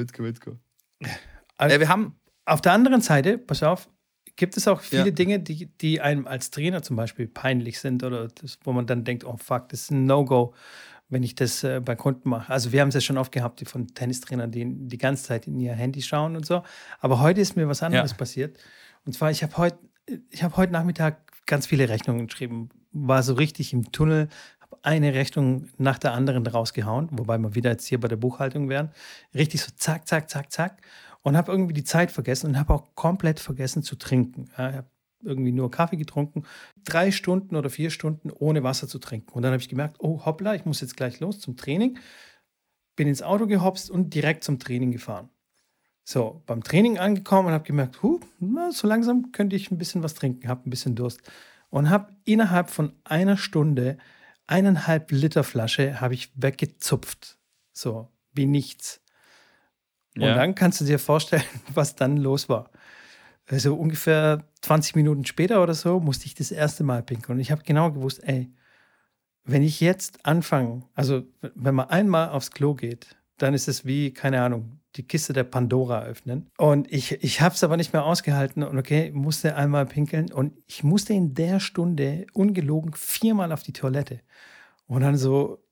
Also, wir haben auf der anderen Seite, pass auf, gibt es auch viele Dinge, die einem als Trainer zum Beispiel peinlich sind oder wo man dann denkt, oh fuck, das ist ein No-Go, wenn ich das bei Kunden mache. Also wir haben es ja schon oft gehabt, von Tennistrainern, die die ganze Zeit in ihr Handy schauen und so. Aber heute ist mir was anderes passiert. Und zwar, ich habe heute Nachmittag ganz viele Rechnungen geschrieben, war so richtig im Tunnel, habe eine Rechnung nach der anderen rausgehauen, wobei wir wieder jetzt hier bei der Buchhaltung wären. Richtig so zack, zack, zack, zack. Und habe irgendwie die Zeit vergessen und habe auch komplett vergessen zu trinken. Ich habe irgendwie nur Kaffee getrunken, 3 Stunden oder 4 Stunden ohne Wasser zu trinken. Und dann habe ich gemerkt, oh hoppla, ich muss jetzt gleich los zum Training. Bin ins Auto gehopst und direkt zum Training gefahren. So, beim Training angekommen und habe gemerkt, so langsam könnte ich ein bisschen was trinken, habe ein bisschen Durst. Und habe innerhalb von einer Stunde 1,5 Liter Flasche habe ich weggezupft. So, wie nichts. Und dann kannst du dir vorstellen, was dann los war. Also ungefähr 20 Minuten später oder so musste ich das erste Mal pinkeln. Und ich habe genau gewusst, ey, wenn ich jetzt anfange, also wenn man einmal aufs Klo geht, dann ist es wie, keine Ahnung, die Kiste der Pandora öffnen. Und ich habe es aber nicht mehr ausgehalten und musste einmal pinkeln. Und ich musste in der Stunde ungelogen 4-mal auf die Toilette. Und dann so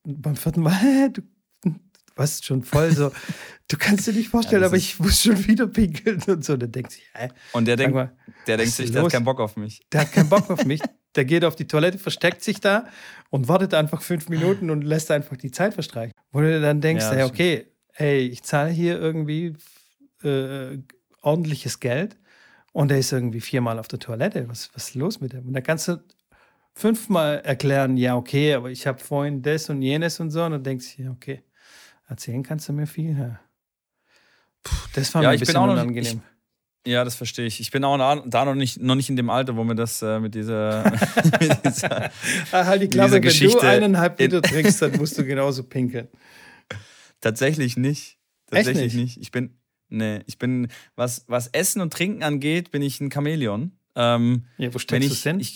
beim vierten Mal, du warst schon voll so, du kannst dir nicht vorstellen, aber ich muss schon wieder pinkeln und so. Dann denkt sich, und der denkt, mal, der hat keinen Bock auf mich. Der hat keinen Bock auf mich. Der geht auf die Toilette, versteckt sich da und wartet einfach 5 Minuten und lässt einfach die Zeit verstreichen. Wo du dann denkst, Ja, hey, okay, ich zahle hier irgendwie ordentliches Geld und er ist irgendwie 4-mal auf der Toilette. Was ist los mit dem? Und da kannst du 5-mal erklären, ja, okay, aber ich habe vorhin das und jenes und so. Und dann denkst du, ja, okay, erzählen kannst du mir viel. Ja. Das war mir ein bisschen unangenehm. Ja, das verstehe ich. Ich bin auch da noch nicht in dem Alter, wo mir das mit dieser, halt die Klappe, wenn du 1,5 Liter trinkst, dann musst du genauso pinkeln. Tatsächlich nicht. Tatsächlich nicht. Ich bin, was Essen und Trinken angeht, bin ich ein Chamäleon. Ja, wo steckst du es hin?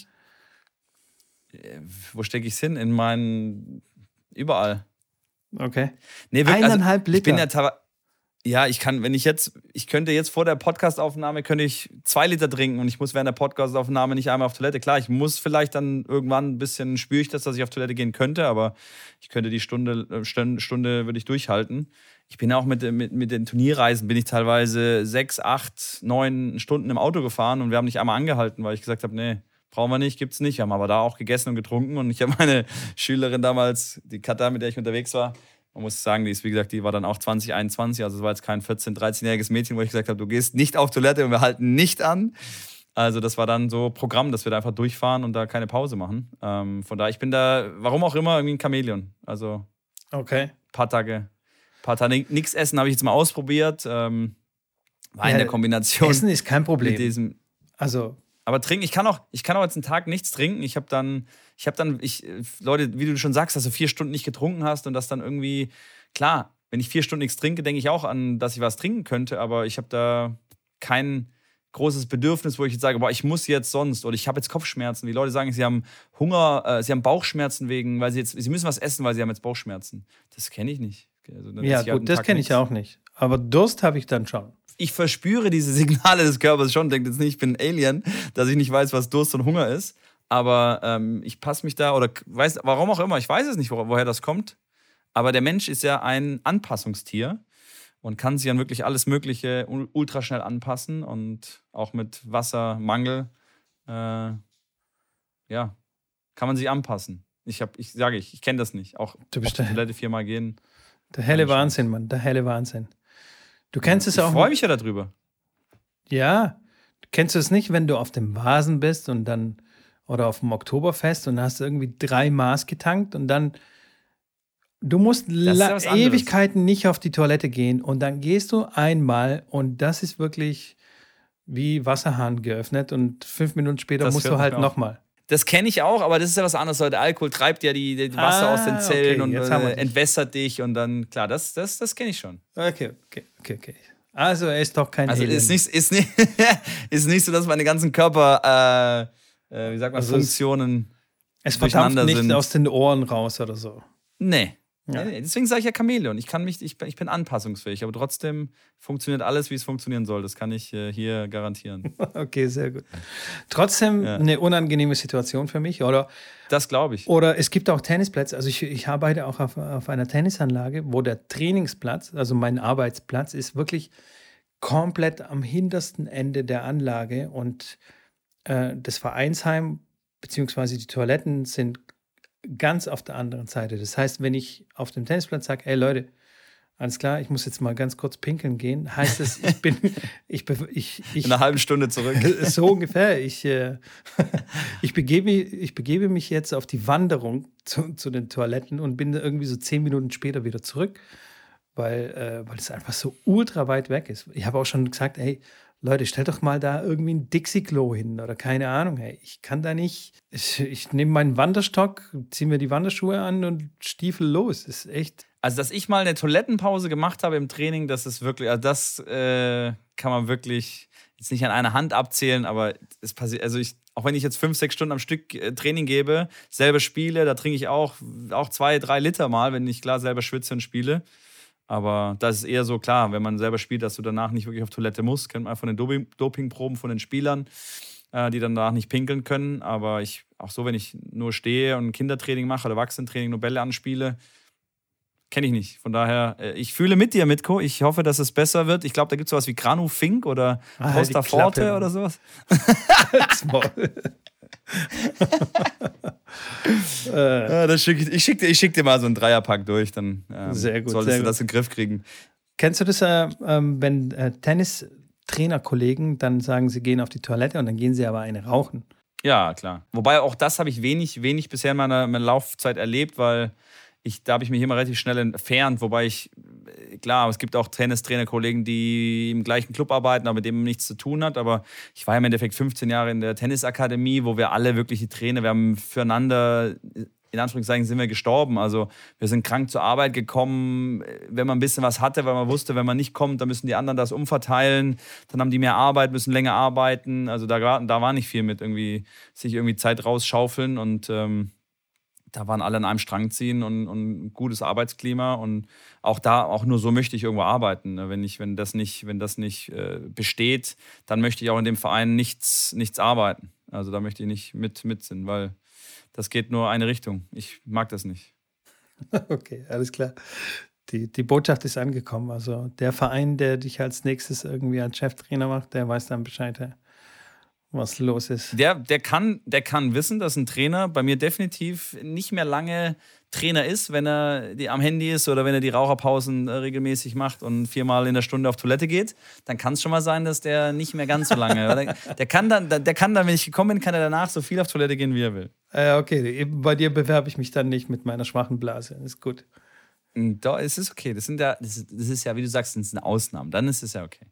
Wo stecke ich es hin? In meinen, überall. Okay. Nee, wirklich, 1,5 Liter. Ich bin ja, ich könnte jetzt vor der Podcastaufnahme 2 Liter trinken und ich muss während der Podcastaufnahme nicht einmal auf Toilette. Klar, ich muss vielleicht dann irgendwann ein bisschen, spüre ich das, dass ich auf Toilette gehen könnte, aber ich könnte die Stunde würde ich durchhalten. Ich bin auch mit den Turnierreisen bin ich teilweise 6, 8, 9 Stunden im Auto gefahren und wir haben nicht einmal angehalten, weil ich gesagt habe, nee, brauchen wir nicht, gibt's nicht. Wir haben aber da auch gegessen und getrunken und ich habe meine Schülerin damals, die Katha, mit der ich unterwegs war, man muss sagen, die war dann auch 20, 21, also es war jetzt kein 14-, 13-jähriges Mädchen, wo ich gesagt habe, du gehst nicht auf Toilette und wir halten nicht an. Also das war dann so Programm, dass wir da einfach durchfahren und da keine Pause machen. Von daher, ich bin da, warum auch immer, irgendwie ein Chamäleon. Also okay. Paar Tage nichts essen, habe ich jetzt mal ausprobiert. War in der Kombination. Essen ist kein Problem. Mit diesem, aber trinken, ich kann auch jetzt einen Tag nichts trinken. Leute, wie du schon sagst, dass du 4 Stunden nicht getrunken hast und das dann irgendwie, klar, wenn ich 4 Stunden nichts trinke, denke ich auch an, dass ich was trinken könnte, aber ich habe da kein großes Bedürfnis, wo ich jetzt sage, boah, ich muss jetzt sonst oder ich habe jetzt Kopfschmerzen. Die Leute sagen, sie haben Hunger, sie haben Bauchschmerzen weil sie müssen was essen, weil sie haben jetzt Bauchschmerzen. Das kenne ich nicht. Also, ja, gut, das kenne ich auch nicht. Aber Durst habe ich dann schon. Ich verspüre diese Signale des Körpers schon, denke jetzt nicht, ich bin ein Alien, dass ich nicht weiß, was Durst und Hunger ist. Aber ich passe mich da oder weiß, warum auch immer, ich weiß es nicht, woher das kommt. Aber der Mensch ist ja ein Anpassungstier und kann sich an wirklich alles Mögliche ultraschnell anpassen und auch mit Wassermangel, kann man sich anpassen. Ich kenne das nicht. Auch auf die Toilette 4-mal gehen. Der helle Wahnsinn, Mann, der helle Wahnsinn. Du kennst es auch. Ich freue mich ja darüber. Ja, kennst du es nicht, wenn du auf dem Vasen bist und dann oder auf dem Oktoberfest und hast irgendwie 3 Maß getankt und dann du musst Ewigkeiten nicht auf die Toilette gehen und dann gehst du einmal und das ist wirklich wie Wasserhahn geöffnet und 5 Minuten später musst du halt nochmal. Das kenne ich auch, aber das ist ja was anderes. Der Alkohol treibt ja die Wasser aus den Zellen und entwässert dich und dann, klar, das kenne ich schon. Okay. Also er ist doch kein Alien. Also ist nicht so, dass meine ganzen Körper, Funktionen es verdampft nicht aus den Ohren raus oder so. Nee. Ja. Deswegen sage ich ja Chamäleon. Ich bin anpassungsfähig, aber trotzdem funktioniert alles, wie es funktionieren soll. Das kann ich hier garantieren. Okay, sehr gut. Trotzdem eine unangenehme Situation für mich, oder? Das glaube ich. Oder es gibt auch Tennisplätze. Also ich arbeite auch auf einer Tennisanlage, wo der Trainingsplatz, also mein Arbeitsplatz, ist wirklich komplett am hintersten Ende der Anlage und das Vereinsheim beziehungsweise die Toiletten sind ganz auf der anderen Seite. Das heißt, wenn ich auf dem Tennisplatz sage, ey Leute, alles klar, ich muss jetzt mal ganz kurz pinkeln gehen, heißt es, ich in einer halben Stunde zurück. So ungefähr. Ich begebe mich jetzt auf die Wanderung zu den Toiletten und bin irgendwie so 10 Minuten später wieder zurück, weil es einfach so ultra weit weg ist. Ich habe auch schon gesagt, hey, Leute, stellt doch mal da irgendwie ein Dixie-Klo hin oder keine Ahnung. Hey, ich kann da nicht. Ich nehme meinen Wanderstock, ziehe mir die Wanderschuhe an und stiefel los. Das ist echt. Also, dass ich mal eine Toilettenpause gemacht habe im Training, das ist wirklich, also das kann man wirklich jetzt nicht an einer Hand abzählen, aber es passiert, also auch wenn ich jetzt 5, 6 Stunden am Stück Training gebe, selber spiele, da trinke ich auch 2, 3 Liter mal, wenn ich klar selber schwitze und spiele. Aber das ist eher so klar, wenn man selber spielt, dass du danach nicht wirklich auf Toilette musst. Kennt man von den Dopingproben von den Spielern, die dann danach nicht pinkeln können. Aber auch so, wenn ich nur stehe und Kindertraining mache oder Erwachsenentraining, nur Bälle anspiele, kenne ich nicht. Von daher, ich fühle mit dir, Mitko. Ich hoffe, dass es besser wird. Ich glaube, da gibt es sowas wie Granu Fink oder Costa Forte oder sowas. Ich schick dir mal so einen Dreierpack durch, dann solltest du das in den Griff kriegen. Kennst du das, wenn Tennistrainerkollegen dann sagen, sie gehen auf die Toilette und dann gehen sie aber eine rauchen? Ja, klar. Wobei auch das habe ich wenig bisher in meiner Laufzeit erlebt, weil da habe ich mich immer relativ schnell entfernt. Wobei klar, es gibt auch Trainerkollegen, die im gleichen Club arbeiten, aber mit dem nichts zu tun hat. Aber ich war im Endeffekt 15 Jahre in der Tennisakademie, wo wir alle wirklich die Trainer, wir haben füreinander, in Anführungszeichen, sind wir gestorben. Also wir sind krank zur Arbeit gekommen, wenn man ein bisschen was hatte, weil man wusste, wenn man nicht kommt, dann müssen die anderen das umverteilen. Dann haben die mehr Arbeit, müssen länger arbeiten. Also da war nicht viel mit sich irgendwie Zeit rausschaufeln und da waren alle an einem Strang ziehen und ein gutes Arbeitsklima. Und auch nur so möchte ich irgendwo arbeiten. Wenn das nicht besteht, dann möchte ich auch in dem Verein nichts arbeiten. Also da möchte ich nicht mit weil das geht nur eine Richtung. Ich mag das nicht. Okay, alles klar. Die Botschaft ist angekommen. Also der Verein, der dich als nächstes irgendwie als Cheftrainer macht, der weiß dann Bescheid, was los ist. Der kann wissen, dass ein Trainer bei mir definitiv nicht mehr lange Trainer ist, wenn er am Handy ist oder wenn er die Raucherpausen regelmäßig macht und 4-mal in der Stunde auf Toilette geht. Dann kann es schon mal sein, dass der nicht mehr ganz so lange. Der kann dann, wenn ich gekommen bin, kann er danach so viel auf Toilette gehen, wie er will. Okay, bei dir bewerbe ich mich dann nicht mit meiner schwachen Blase. Ist gut. Da ist es okay. Das ist ja, wie du sagst, das sind Ausnahmen. Dann ist es ja okay.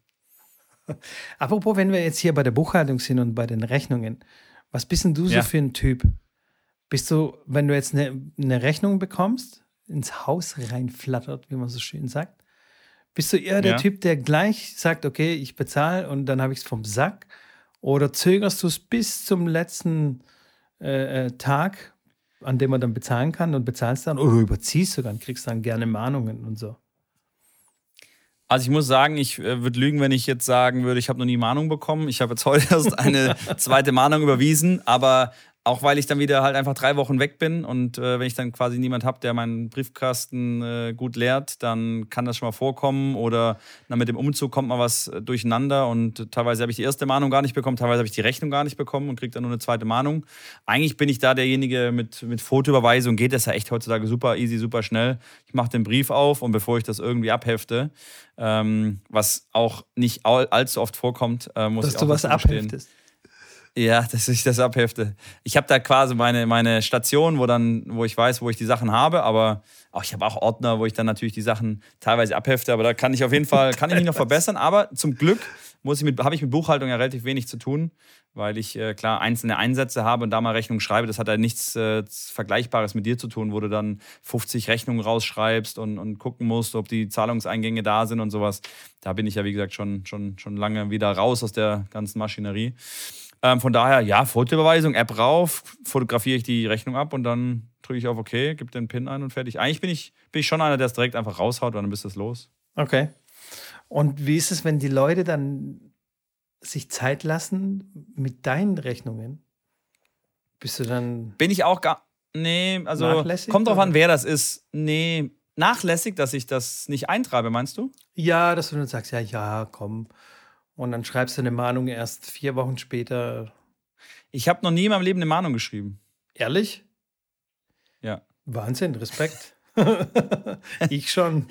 Apropos, wenn wir jetzt hier bei der Buchhaltung sind und bei den Rechnungen, was bist denn du so für ein Typ? Bist du, wenn du jetzt eine Rechnung bekommst, ins Haus reinflattert, wie man so schön sagt, bist du eher der Typ, der gleich sagt, okay, ich bezahle und dann habe ich es vom Sack? Oder zögerst du es bis zum letzten Tag, an dem man dann bezahlen kann und bezahlst dann? Oder überziehst sogar und kriegst dann gerne Mahnungen und so? Also ich muss sagen, ich würde lügen, wenn ich jetzt sagen würde, ich habe noch nie Mahnung bekommen. Ich habe jetzt heute erst eine zweite Mahnung überwiesen, aber auch weil ich dann wieder halt einfach 3 Wochen weg bin und wenn ich dann quasi niemand habe, der meinen Briefkasten gut leert, dann kann das schon mal vorkommen oder dann mit dem Umzug kommt mal was durcheinander und teilweise habe ich die erste Mahnung gar nicht bekommen, teilweise habe ich die Rechnung gar nicht bekommen und kriege dann nur eine zweite Mahnung. Eigentlich bin ich da derjenige mit Fotoüberweisung, geht das ja echt heutzutage super easy, super schnell. Ich mache den Brief auf und bevor ich das irgendwie abhefte, was auch nicht allzu oft vorkommt, muss ich auch was abheftest. Ja, dass ich das abhefte. Ich habe da quasi meine Station, wo ich weiß, wo ich die Sachen habe, aber auch ich habe auch Ordner, wo ich dann natürlich die Sachen teilweise abhefte, aber da kann ich mich noch verbessern. Aber zum Glück habe ich mit Buchhaltung ja relativ wenig zu tun, weil ich klar einzelne Einsätze habe und da mal Rechnungen schreibe. Das hat ja nichts Vergleichbares mit dir zu tun, wo du dann 50 Rechnungen rausschreibst und gucken musst, ob die Zahlungseingänge da sind und sowas. Da bin ich ja, wie gesagt, schon lange wieder raus aus der ganzen Maschinerie. Von daher, ja, Fotoüberweisung, App rauf, fotografiere ich die Rechnung ab und dann drücke ich auf OK, gebe den PIN ein und fertig. Eigentlich bin ich schon einer, der es direkt einfach raushaut, weil dann bist du los. Okay. Und wie ist es, wenn die Leute dann sich Zeit lassen mit deinen Rechnungen? Bist du dann... Bin ich auch Nee, also kommt drauf an, wer das ist. Nee, nachlässig, dass ich das nicht eintreibe, meinst du? Ja, dass du dann sagst, ja, komm... Und dann schreibst du eine Mahnung erst 4 Wochen später. Ich habe noch nie in meinem Leben eine Mahnung geschrieben. Ehrlich? Ja. Wahnsinn, Respekt. Ich schon.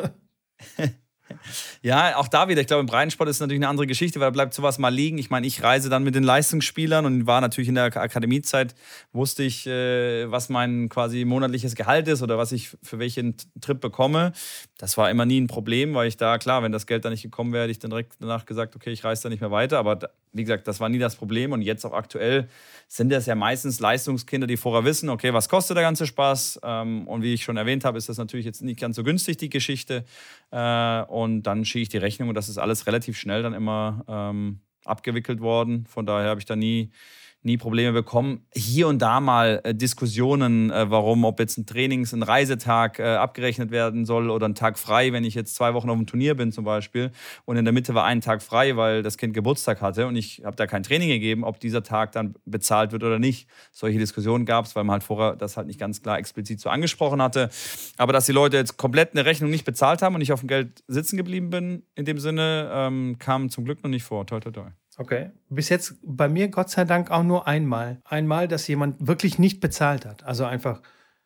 Ja, auch da wieder. Ich glaube, im Breitensport ist es natürlich eine andere Geschichte, weil da bleibt sowas mal liegen. Ich meine, ich reise dann mit den Leistungsspielern und war natürlich in der Akademiezeit, wusste ich, was mein quasi monatliches Gehalt ist oder was ich für welchen Trip bekomme. Das war immer nie ein Problem, weil ich da, klar, wenn das Geld da nicht gekommen wäre, hätte ich dann direkt danach gesagt, okay, ich reise da nicht mehr weiter. Aber wie gesagt, das war nie das Problem. Und jetzt auch aktuell sind das ja meistens Leistungskinder, die vorher wissen, okay, was kostet der ganze Spaß? Und wie ich schon erwähnt habe, ist das natürlich jetzt nicht ganz so günstig, die Geschichte. Und dann schicke ich die Rechnung und das ist alles relativ schnell dann immer abgewickelt worden. Von daher habe ich da nie nie Probleme bekommen. Hier und da mal Diskussionen, warum, ob jetzt ein Reisetag abgerechnet werden soll oder ein Tag frei, wenn ich jetzt 2 Wochen auf dem Turnier bin zum Beispiel und in der Mitte war ein Tag frei, weil das Kind Geburtstag hatte und ich habe da kein Training gegeben, ob dieser Tag dann bezahlt wird oder nicht. Solche Diskussionen gab es, weil man halt vorher das halt nicht ganz klar explizit so angesprochen hatte. Aber dass die Leute jetzt komplett eine Rechnung nicht bezahlt haben und ich auf dem Geld sitzen geblieben bin, in dem Sinne, kam zum Glück noch nicht vor. Toi, toi, toi. Okay. Bis jetzt bei mir Gott sei Dank auch nur einmal. Einmal, dass jemand wirklich nicht bezahlt hat. Also einfach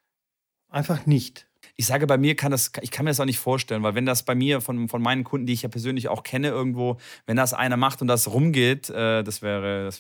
nicht. Ich sage, bei mir ich kann mir das auch nicht vorstellen, weil wenn das bei mir von meinen Kunden, die ich ja persönlich auch kenne irgendwo, wenn das einer macht und das rumgeht, das wäre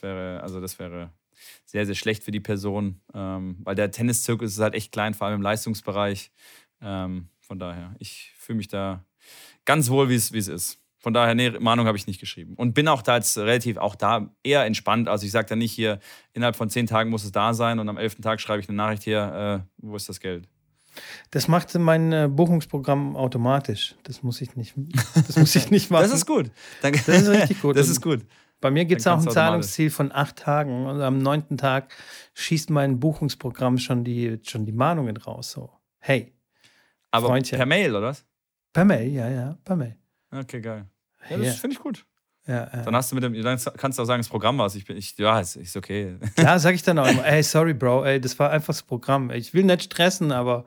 sehr, sehr schlecht für die Person, weil der Tenniszirkus ist halt echt klein, vor allem im Leistungsbereich. Von daher, ich fühle mich da ganz wohl, wie es ist. Von daher, nee, Mahnung habe ich nicht geschrieben. Und bin auch da jetzt relativ auch da eher entspannt. Also ich sage da nicht hier, innerhalb von 10 Tagen muss es da sein und am 11. Tag schreibe ich eine Nachricht hier, wo ist das Geld? Das macht mein Buchungsprogramm automatisch. Das muss ich nicht machen. Das ist gut. Das ist richtig gut. Das ist gut. Bei mir gibt es auch ein Zahlungsziel von 8 Tagen und am 9. Tag schießt mein Buchungsprogramm schon die Mahnungen raus. So, hey, aber Freundchen. Per Mail, oder was? Per Mail, ja, per Mail. Okay, geil. Ja, das finde ich gut. Ja. Dann kannst du auch sagen, das Programm war es. Ist okay. Klar, sag ich dann auch immer, ey, sorry, Bro, ey, das war einfach das Programm. Ich will nicht stressen, aber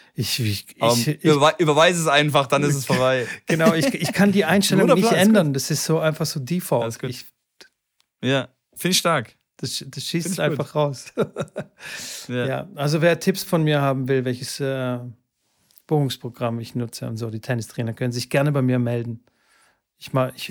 überweise es einfach, dann ist es vorbei. Genau, ich kann die Einstellung nicht ändern. Das ist so einfach so Default. Alles gut. Ja, finde ich stark. Das schießt es einfach raus. Ja. Ja, also wer Tipps von mir haben will, welches Buchungsprogramm ich nutze und so, die Tennistrainer können sich gerne bei mir melden. Ich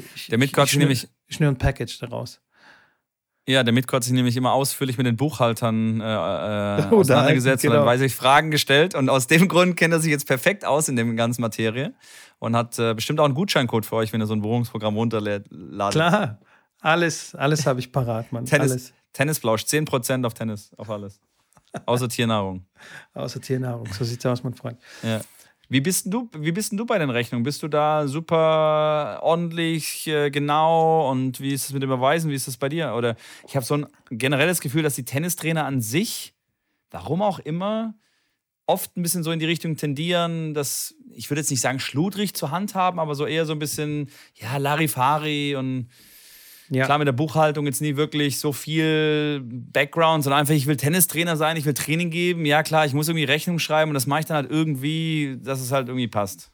schnür ein Package daraus. Ja, der Mitko hat sich nämlich immer ausführlich mit den Buchhaltern auseinandergesetzt und dann weiß Fragen gestellt. Und aus dem Grund kennt er sich jetzt perfekt aus in dem ganzen Materie und hat bestimmt auch einen Gutscheincode für euch, wenn ihr so ein Buchungsprogramm runterladet. Klar, alles habe ich parat, Mann. Tennisplausch, 10% auf Tennis, auf alles. Außer Tiernahrung. Außer Tiernahrung, so sieht's aus, mein Freund. Ja. Wie bist denn du bei den Rechnungen? Bist du da super ordentlich, genau und wie ist es mit dem Überweisen? Wie ist das bei dir? Oder ich habe so ein generelles Gefühl, dass die Tennistrainer an sich, warum auch immer, oft ein bisschen so in die Richtung tendieren, dass, ich würde jetzt nicht sagen schludrig zur Hand haben, aber so eher so ein bisschen, ja, Larifari und klar mit der Buchhaltung jetzt nie wirklich so viel Background, sondern einfach, ich will Tennistrainer sein, ich will Training geben. Ja klar, ich muss irgendwie Rechnung schreiben und das mache ich dann halt irgendwie, dass es halt irgendwie passt.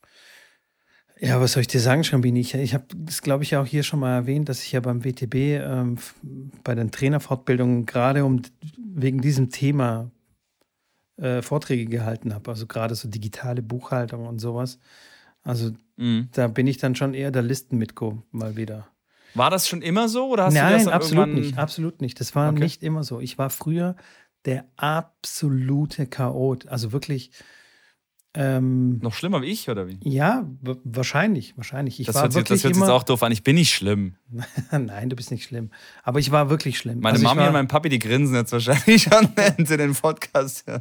Ja, was soll ich dir sagen, Schrambini? Ich habe das, glaube ich, auch hier schon mal erwähnt, dass ich ja beim WTB bei den Trainerfortbildungen gerade wegen diesem Thema Vorträge gehalten habe. Also gerade so digitale Buchhaltung und sowas. Also da bin ich dann schon eher der Listenmitko mal wieder. War das schon immer so? Oder hast Nein, du das dann absolut nicht. Das war nicht immer so. Ich war früher der absolute Chaot. Also wirklich. Noch schlimmer wie ich, oder wie? Ja, wahrscheinlich. Das hört sich jetzt auch doof an. Ich bin nicht schlimm. Nein, du bist nicht schlimm. Aber ich war wirklich schlimm. Meine Mami und mein Papi, die grinsen jetzt wahrscheinlich schon, wenn sie den Podcast hören.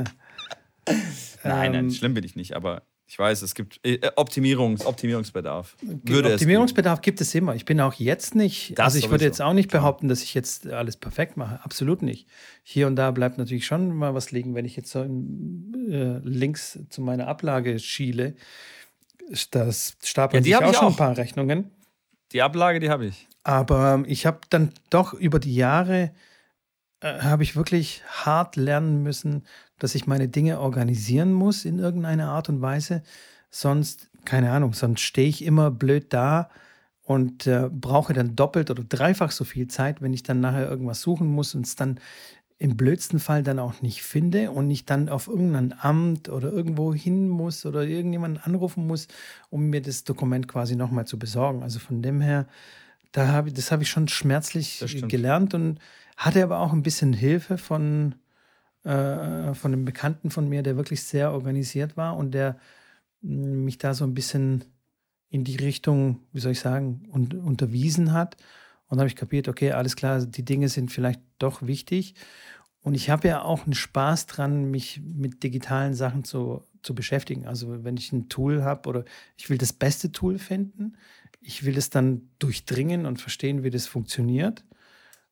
Nein, schlimm bin ich nicht. Aber ich weiß, es gibt Optimierungsbedarf. Optimierungsbedarf gibt es immer. Ich bin auch jetzt nicht, ich würde jetzt auch nicht behaupten, dass ich jetzt alles perfekt mache. Absolut nicht. Hier und da bleibt natürlich schon mal was liegen, wenn ich jetzt so links zu meiner Ablage schiele. Das stapeln sich auch schon ein paar Rechnungen. Die Ablage, die habe ich. Aber ich habe dann doch über die Jahre habe ich wirklich hart lernen müssen, dass ich meine Dinge organisieren muss in irgendeiner Art und Weise. Sonst, keine Ahnung, sonst stehe ich immer blöd da und brauche dann doppelt oder dreifach so viel Zeit, wenn ich dann nachher irgendwas suchen muss und es dann im blödsten Fall dann auch nicht finde und ich dann auf irgendein Amt oder irgendwo hin muss oder irgendjemanden anrufen muss, um mir das Dokument quasi nochmal zu besorgen. Also von dem her, das habe ich schon schmerzlich gelernt und hatte aber auch ein bisschen Hilfe von einem Bekannten von mir, der wirklich sehr organisiert war und der mich da so ein bisschen in die Richtung, wie soll ich sagen, unterwiesen hat. Und dann habe ich kapiert, okay, alles klar, die Dinge sind vielleicht doch wichtig. Und ich habe ja auch einen Spaß dran, mich mit digitalen Sachen zu beschäftigen. Also wenn ich ein Tool habe oder ich will das beste Tool finden, ich will es dann durchdringen und verstehen, wie das funktioniert.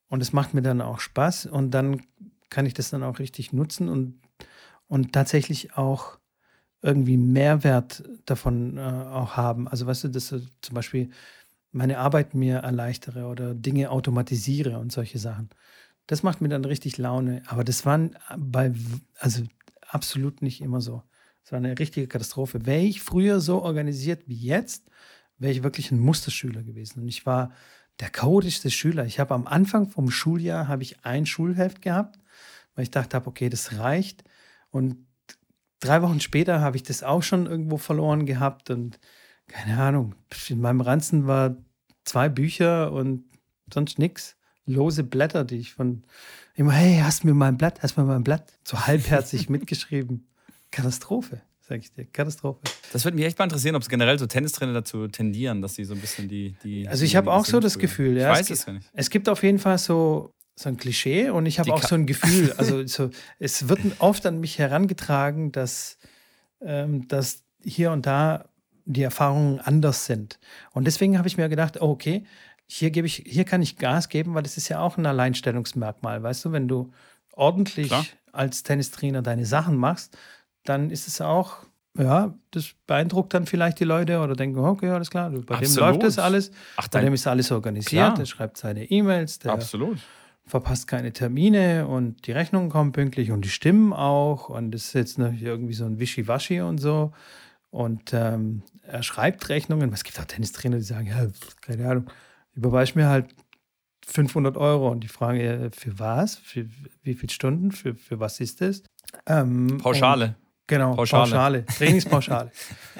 Und es macht mir dann auch Spaß und dann kann ich das dann auch richtig nutzen und tatsächlich auch irgendwie Mehrwert davon auch haben. Also weißt du, dass du zum Beispiel meine Arbeit mir erleichtere oder Dinge automatisiere und solche Sachen. Das macht mir dann richtig Laune. Aber das waren also absolut nicht immer so. Das war eine richtige Katastrophe. Wäre ich früher so organisiert wie jetzt, wäre ich wirklich ein Musterschüler gewesen. Und ich war der chaotischste Schüler. Ich habe am Anfang vom Schuljahr habe ich ein Schulheft gehabt, weil ich dachte habe, okay, das reicht. Und 3 Wochen später habe ich das auch schon irgendwo verloren gehabt und keine Ahnung, in meinem Ranzen war 2 Bücher und sonst nichts. Lose Blätter, die ich von immer, hey, hast du mir mal ein Blatt, so halbherzig mitgeschrieben. Katastrophe, sage ich dir, Katastrophe. Das würde mich echt mal interessieren, ob es generell so Tennistrainer dazu tendieren, dass sie so ein bisschen die Also ich habe auch so das Gefühl, ja. Ich weiß es ja nicht. Es gibt auf jeden Fall so ein Klischee und ich habe auch so ein Gefühl, also es wird oft an mich herangetragen, dass hier und da die Erfahrungen anders sind. Und deswegen habe ich mir gedacht, oh, okay, hier kann ich Gas geben, weil das ist ja auch ein Alleinstellungsmerkmal. Weißt du, wenn du ordentlich als Tennistrainer deine Sachen machst, dann ist es auch, ja, das beeindruckt dann vielleicht die Leute oder denken, okay, alles klar, bei dem läuft das alles, bei dem ist alles organisiert, der schreibt seine E-Mails, der verpasst keine Termine und die Rechnungen kommen pünktlich und die stimmen auch und es ist jetzt nicht irgendwie so ein Wischiwaschi und so. Und er schreibt Rechnungen. Es gibt auch Tennistrainer, die sagen, ja, keine Ahnung, überweis mir halt 500 € und die fragen, für was? Für wie viele Stunden? Für was ist das? Pauschale. Genau, Pauschale. Trainingspauschale.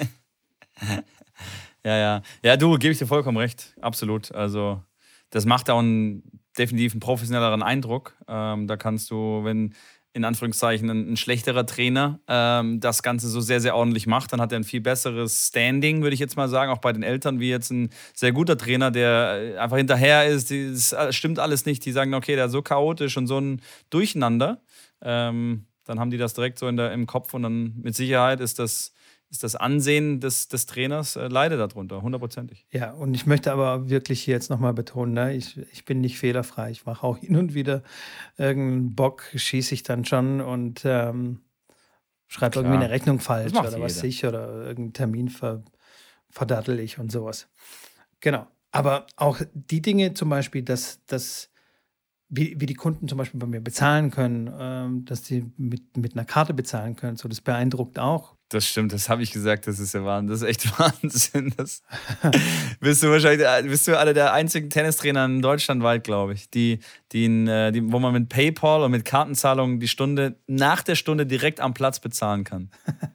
Ja, du, gebe ich dir vollkommen recht. Absolut. Also das macht auch definitiv einen professionelleren Eindruck. Da kannst du, wenn in Anführungszeichen ein schlechterer Trainer das Ganze so sehr, sehr ordentlich macht, dann hat er ein viel besseres Standing, würde ich jetzt mal sagen, auch bei den Eltern, wie jetzt ein sehr guter Trainer, der einfach hinterher ist, das stimmt alles nicht, die sagen, okay, der ist so chaotisch und so ein Durcheinander, dann haben die das direkt so im Kopf und dann mit Sicherheit ist das Ansehen des Trainers leidet darunter, 100%. Ja, und ich möchte aber wirklich hier jetzt nochmal betonen, ne, ich bin nicht fehlerfrei. Ich mache auch hin und wieder irgendeinen Bock, schieße ich dann schon und schreibe irgendwie eine Rechnung falsch oder was ich oder irgendeinen Termin verdattel ich und sowas. Genau. Aber auch die Dinge zum Beispiel, wie die Kunden zum Beispiel bei mir bezahlen können, dass die mit einer Karte bezahlen können, so das beeindruckt auch. Das stimmt, das habe ich gesagt, das ist ja Wahnsinn, das ist echt Wahnsinn. Bist du einer der einzigen Tennistrainer in Deutschland weit, glaube ich, wo man mit PayPal und mit Kartenzahlungen die Stunde nach der Stunde direkt am Platz bezahlen kann.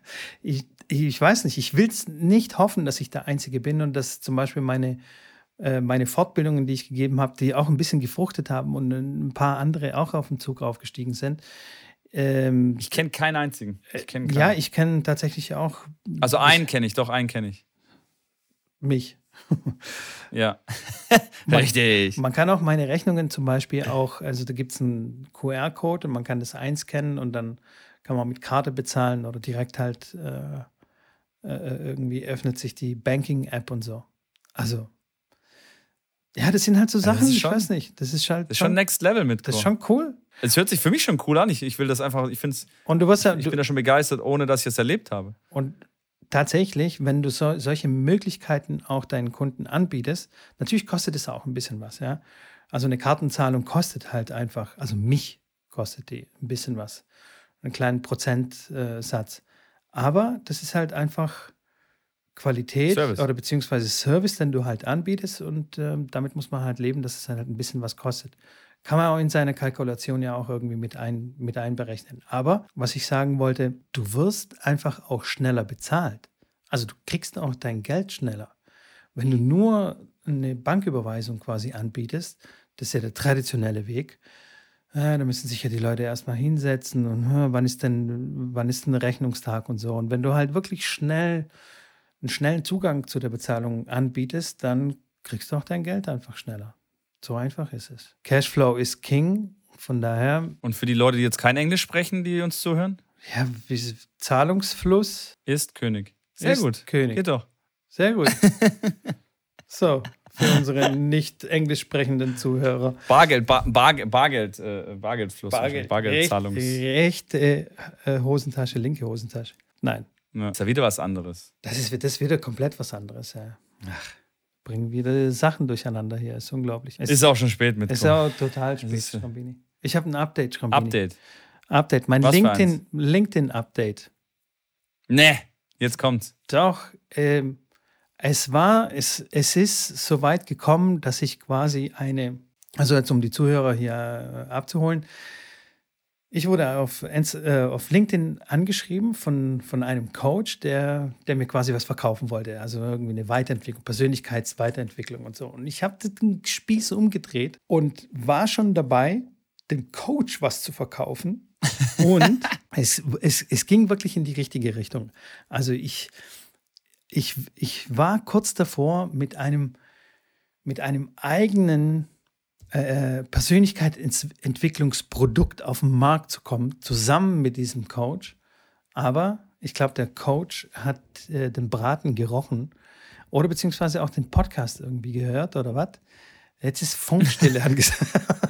Ich weiß nicht, ich will es nicht hoffen, dass ich der Einzige bin und dass zum Beispiel meine Fortbildungen, die ich gegeben habe, die auch ein bisschen gefruchtet haben und ein paar andere auch auf den Zug aufgestiegen sind. Ich kenne keinen einzigen. Ja, ich kenne tatsächlich auch. Also einen kenne ich. Mich. Ja, richtig. Man kann auch meine Rechnungen zum Beispiel auch, also da gibt es einen QR-Code und man kann das einscannen und dann kann man mit Karte bezahlen oder direkt halt irgendwie öffnet sich die Banking-App und so. Also ja, das sind halt so Sachen, ich weiß nicht. Das ist schon Next Level mit. Das ist schon cool. Es hört sich für mich schon cool an. Ich will das einfach, ich finde es. Und ich bin da schon begeistert, ohne dass ich es erlebt habe. Und tatsächlich, wenn du solche Möglichkeiten auch deinen Kunden anbietest, natürlich kostet es auch ein bisschen was, ja. Also eine Kartenzahlung kostet halt einfach, also mich kostet die ein bisschen was. Einen kleinen Prozentsatz. Aber das ist halt einfach Qualität oder beziehungsweise Service, den du halt anbietest und damit muss man halt leben, dass es halt ein bisschen was kostet. Kann man auch in seine Kalkulation ja auch irgendwie mit einberechnen. Aber was ich sagen wollte, du wirst einfach auch schneller bezahlt. Also du kriegst auch dein Geld schneller. Wenn du nur eine Banküberweisung quasi anbietest, das ist ja der traditionelle Weg, da müssen sich ja die Leute erstmal hinsetzen und wann ist denn ein Rechnungstag und so. Und wenn du halt wirklich einen schnellen Zugang zu der Bezahlung anbietest, dann kriegst du auch dein Geld einfach schneller. So einfach ist es. Cashflow ist King, von daher. Und für die Leute, die jetzt kein Englisch sprechen, die uns zuhören? Ja, Zahlungsfluss ist König. Sehr gut. König. Geht doch. Sehr gut. So, für unsere nicht englisch sprechenden Zuhörer. Bargeldfluss, Bargeldzahlungs. Rechte Hosentasche, linke Hosentasche. Nein. Ja, ist ja wieder was anderes. Das ist wieder komplett was anderes, ja. Ach, bringen wieder Sachen durcheinander hier. Ist unglaublich. Ist auch schon spät mit. Ist auch total spät, Schrambini. Ich habe ein Update, Schrambini. Update. Mein LinkedIn-Update. Nee, jetzt kommt's. Doch, es ist so weit gekommen, dass ich quasi also jetzt um die Zuhörer hier abzuholen, ich wurde auf LinkedIn angeschrieben von einem Coach, der mir quasi was verkaufen wollte. Also irgendwie eine Weiterentwicklung, Persönlichkeitsweiterentwicklung und so. Und ich habe den Spieß umgedreht und war schon dabei, dem Coach was zu verkaufen. Und es ging wirklich in die richtige Richtung. Also ich war kurz davor, mit einem eigenen Persönlichkeitsentwicklungsprodukt auf den Markt zu kommen, zusammen mit diesem Coach. Aber ich glaube, der Coach hat den Braten gerochen oder beziehungsweise auch den Podcast irgendwie gehört oder was. Jetzt ist Funkstille angesagt.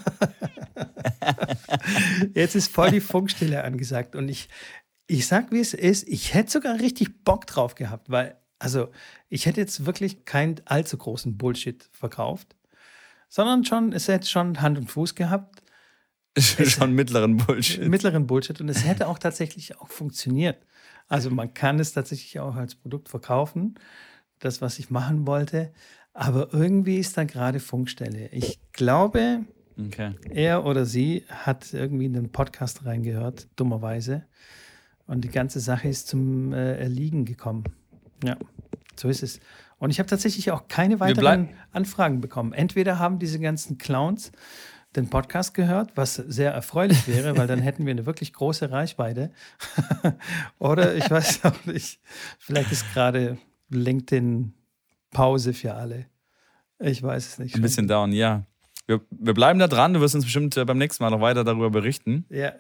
Jetzt ist voll die Funkstille angesagt. Und ich sag, wie es ist, ich hätte sogar richtig Bock drauf gehabt, weil, also, ich hätte jetzt wirklich keinen allzu großen Bullshit verkauft, sondern es hätte schon Hand und Fuß gehabt. Schon mittleren Bullshit. Mittleren Bullshit. Und es hätte auch tatsächlich auch funktioniert. Also man kann es tatsächlich auch als Produkt verkaufen, das, was ich machen wollte. Aber irgendwie ist da gerade Funkstelle. Ich glaube, er oder sie hat irgendwie in den Podcast reingehört, dummerweise. Und die ganze Sache ist zum Erliegen gekommen. Ja, so ist es. Und ich habe tatsächlich auch keine weiteren Anfragen bekommen. Entweder haben diese ganzen Clowns den Podcast gehört, was sehr erfreulich wäre, weil dann hätten wir eine wirklich große Reichweite. Oder ich weiß auch nicht, vielleicht ist gerade LinkedIn Pause für alle. Ich weiß es nicht. Ein bisschen down, ja. Wir bleiben da dran. Du wirst uns bestimmt beim nächsten Mal noch weiter darüber berichten. Ja.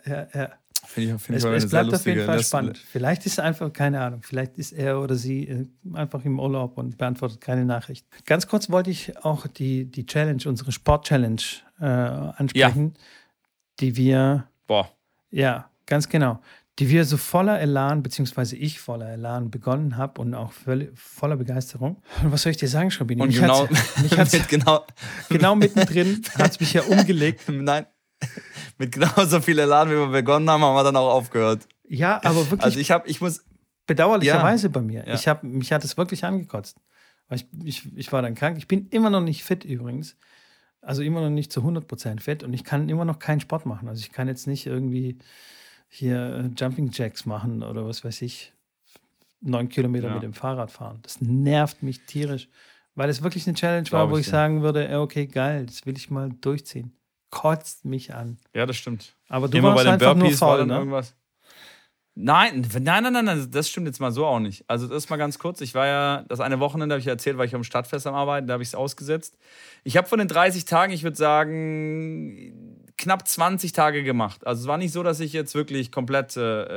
Es bleibt auf jeden Fall spannend. Vielleicht ist einfach, keine Ahnung, vielleicht ist er oder sie einfach im Urlaub und beantwortet keine Nachricht. Ganz kurz wollte ich auch die Challenge, unsere Sport-Challenge ansprechen, die wir, ja, ganz genau, die wir so voller Elan, beziehungsweise ich voller Elan begonnen habe und auch voller Begeisterung. Und was soll ich dir sagen, Schrambini? Und genau mittendrin hat es mich ja umgelegt. Nein. Mit genauso viel Elan, wie wir begonnen haben, haben wir dann auch aufgehört. Ja, aber wirklich. Also ich muss bedauerlicherweise bei mir. Ja. Mich hat es wirklich angekotzt. Weil ich war dann krank. Ich bin immer noch nicht fit übrigens. Also immer noch nicht zu 100% fit. Und ich kann immer noch keinen Sport machen. Also ich kann jetzt nicht irgendwie hier Jumping Jacks machen oder was weiß ich. 9 Kilometer mit dem Fahrrad fahren. Das nervt mich tierisch. Weil es wirklich eine Challenge war, wo ich sagen würde, okay, geil, das will ich mal durchziehen. Kotzt mich an. Ja, das stimmt. Aber du warst einfach nur faul, ne? Irgendwas. Nein, das stimmt jetzt mal so auch nicht. Also das ist mal ganz kurz. Ich war ja, das eine Wochenende, habe ich erzählt, war ich am Stadtfest am Arbeiten, da habe ich es ausgesetzt. Ich habe von den 30 Tagen, ich würde sagen, knapp 20 Tage gemacht. Also es war nicht so, dass ich jetzt wirklich komplett,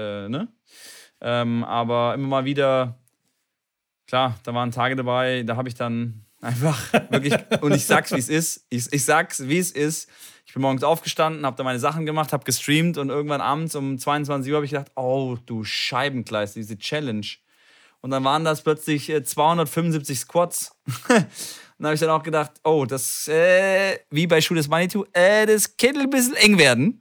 aber immer mal wieder, klar, da waren Tage dabei, da habe ich dann einfach wirklich, und ich sag's, wie es ist. Ich sag's, wie es ist. Ich bin morgens aufgestanden, habe da meine Sachen gemacht, habe gestreamt und irgendwann abends um 22 Uhr habe ich gedacht, oh du Scheibenkleister, diese Challenge. Und dann waren das plötzlich 275 Squats. Und dann habe ich dann auch gedacht, oh, das, wie bei Shoot Is Money Too, das könnte ein bisschen eng werden.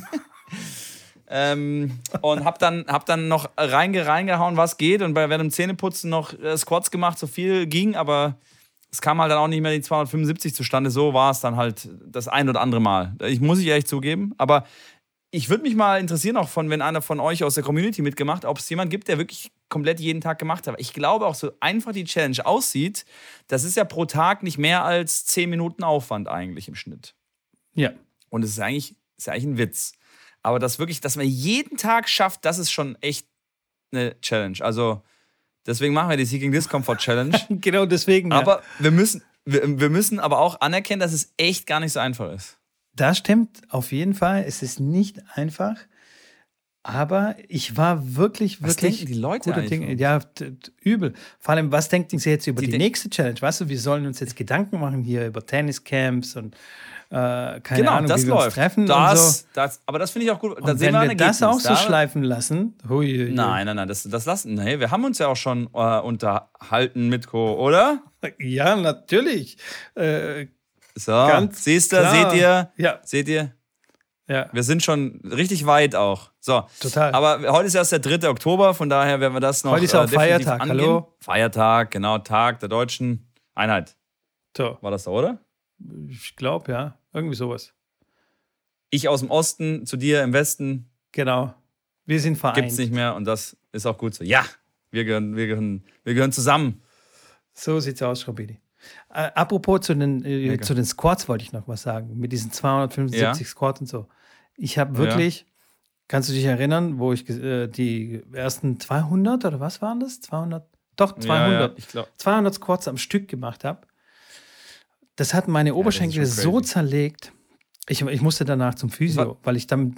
Und hab dann noch reingehauen, was geht. Und während dem Zähneputzen noch Squats gemacht, so viel ging, aber es kam halt dann auch nicht mehr die 275 zustande. So war es dann halt das ein oder andere Mal. Muss ich ehrlich zugeben. Aber ich würde mich mal interessieren, auch wenn einer von euch aus der Community mitgemacht, ob es jemanden gibt, der wirklich komplett jeden Tag gemacht hat. Ich glaube auch, so einfach die Challenge aussieht, das ist ja pro Tag nicht mehr als 10 Minuten Aufwand eigentlich im Schnitt. Ja. Und es ist eigentlich ein Witz. Aber dass man jeden Tag schafft, das ist schon echt eine Challenge. Also deswegen machen wir die Seeking Discomfort Challenge. Genau deswegen. Aber wir müssen aber auch anerkennen, dass es echt gar nicht so einfach ist. Das stimmt auf jeden Fall. Es ist nicht einfach. Aber ich war wirklich Was denken die Leute guter eigentlich Dinge. von uns? Ja, übel. Vor allem, was denken sie jetzt über die Die nächste Challenge? Weißt du, wir sollen uns jetzt Gedanken machen hier über Tenniscamps und keine Genau, Ahnung, das wie wir uns läuft. treffen und so. Aber das finde ich auch gut. Da Und sehen wenn wir ein wir das auch Ergebnis. so schleifen lassen, hui. Nein, das lassen. Nee, wir haben uns ja auch schon unterhalten, Mitko, oder? Ja, natürlich. So, Ganz siehst du, klar. seht ihr? Ja, Wir sind schon richtig weit auch. So, total. aber heute ist erst der 3. Oktober, von daher werden wir das noch Heute ist auch definitiv Feiertag, angehen. hallo? Feiertag, genau, Tag der deutschen Einheit. So, War das da, oder? ich glaube, ja. Irgendwie sowas. Ich aus dem Osten, zu dir im Westen, Genau. Wir sind vereint. gibt's nicht mehr und das ist auch gut so. Ja, wir gehören zusammen. So sieht's aus, Schrambini. Apropos zu den Squats wollte ich noch was sagen. Mit diesen 275 Squats und so. Ich habe wirklich, kannst du dich erinnern, wo ich die ersten 200 oder was waren das? 200? Doch, 200. Ja, ich glaube. 200 Squats am Stück gemacht habe. Das hat meine Oberschenkel schon so crazy. zerlegt. Ich musste danach zum Physio, weil ich dann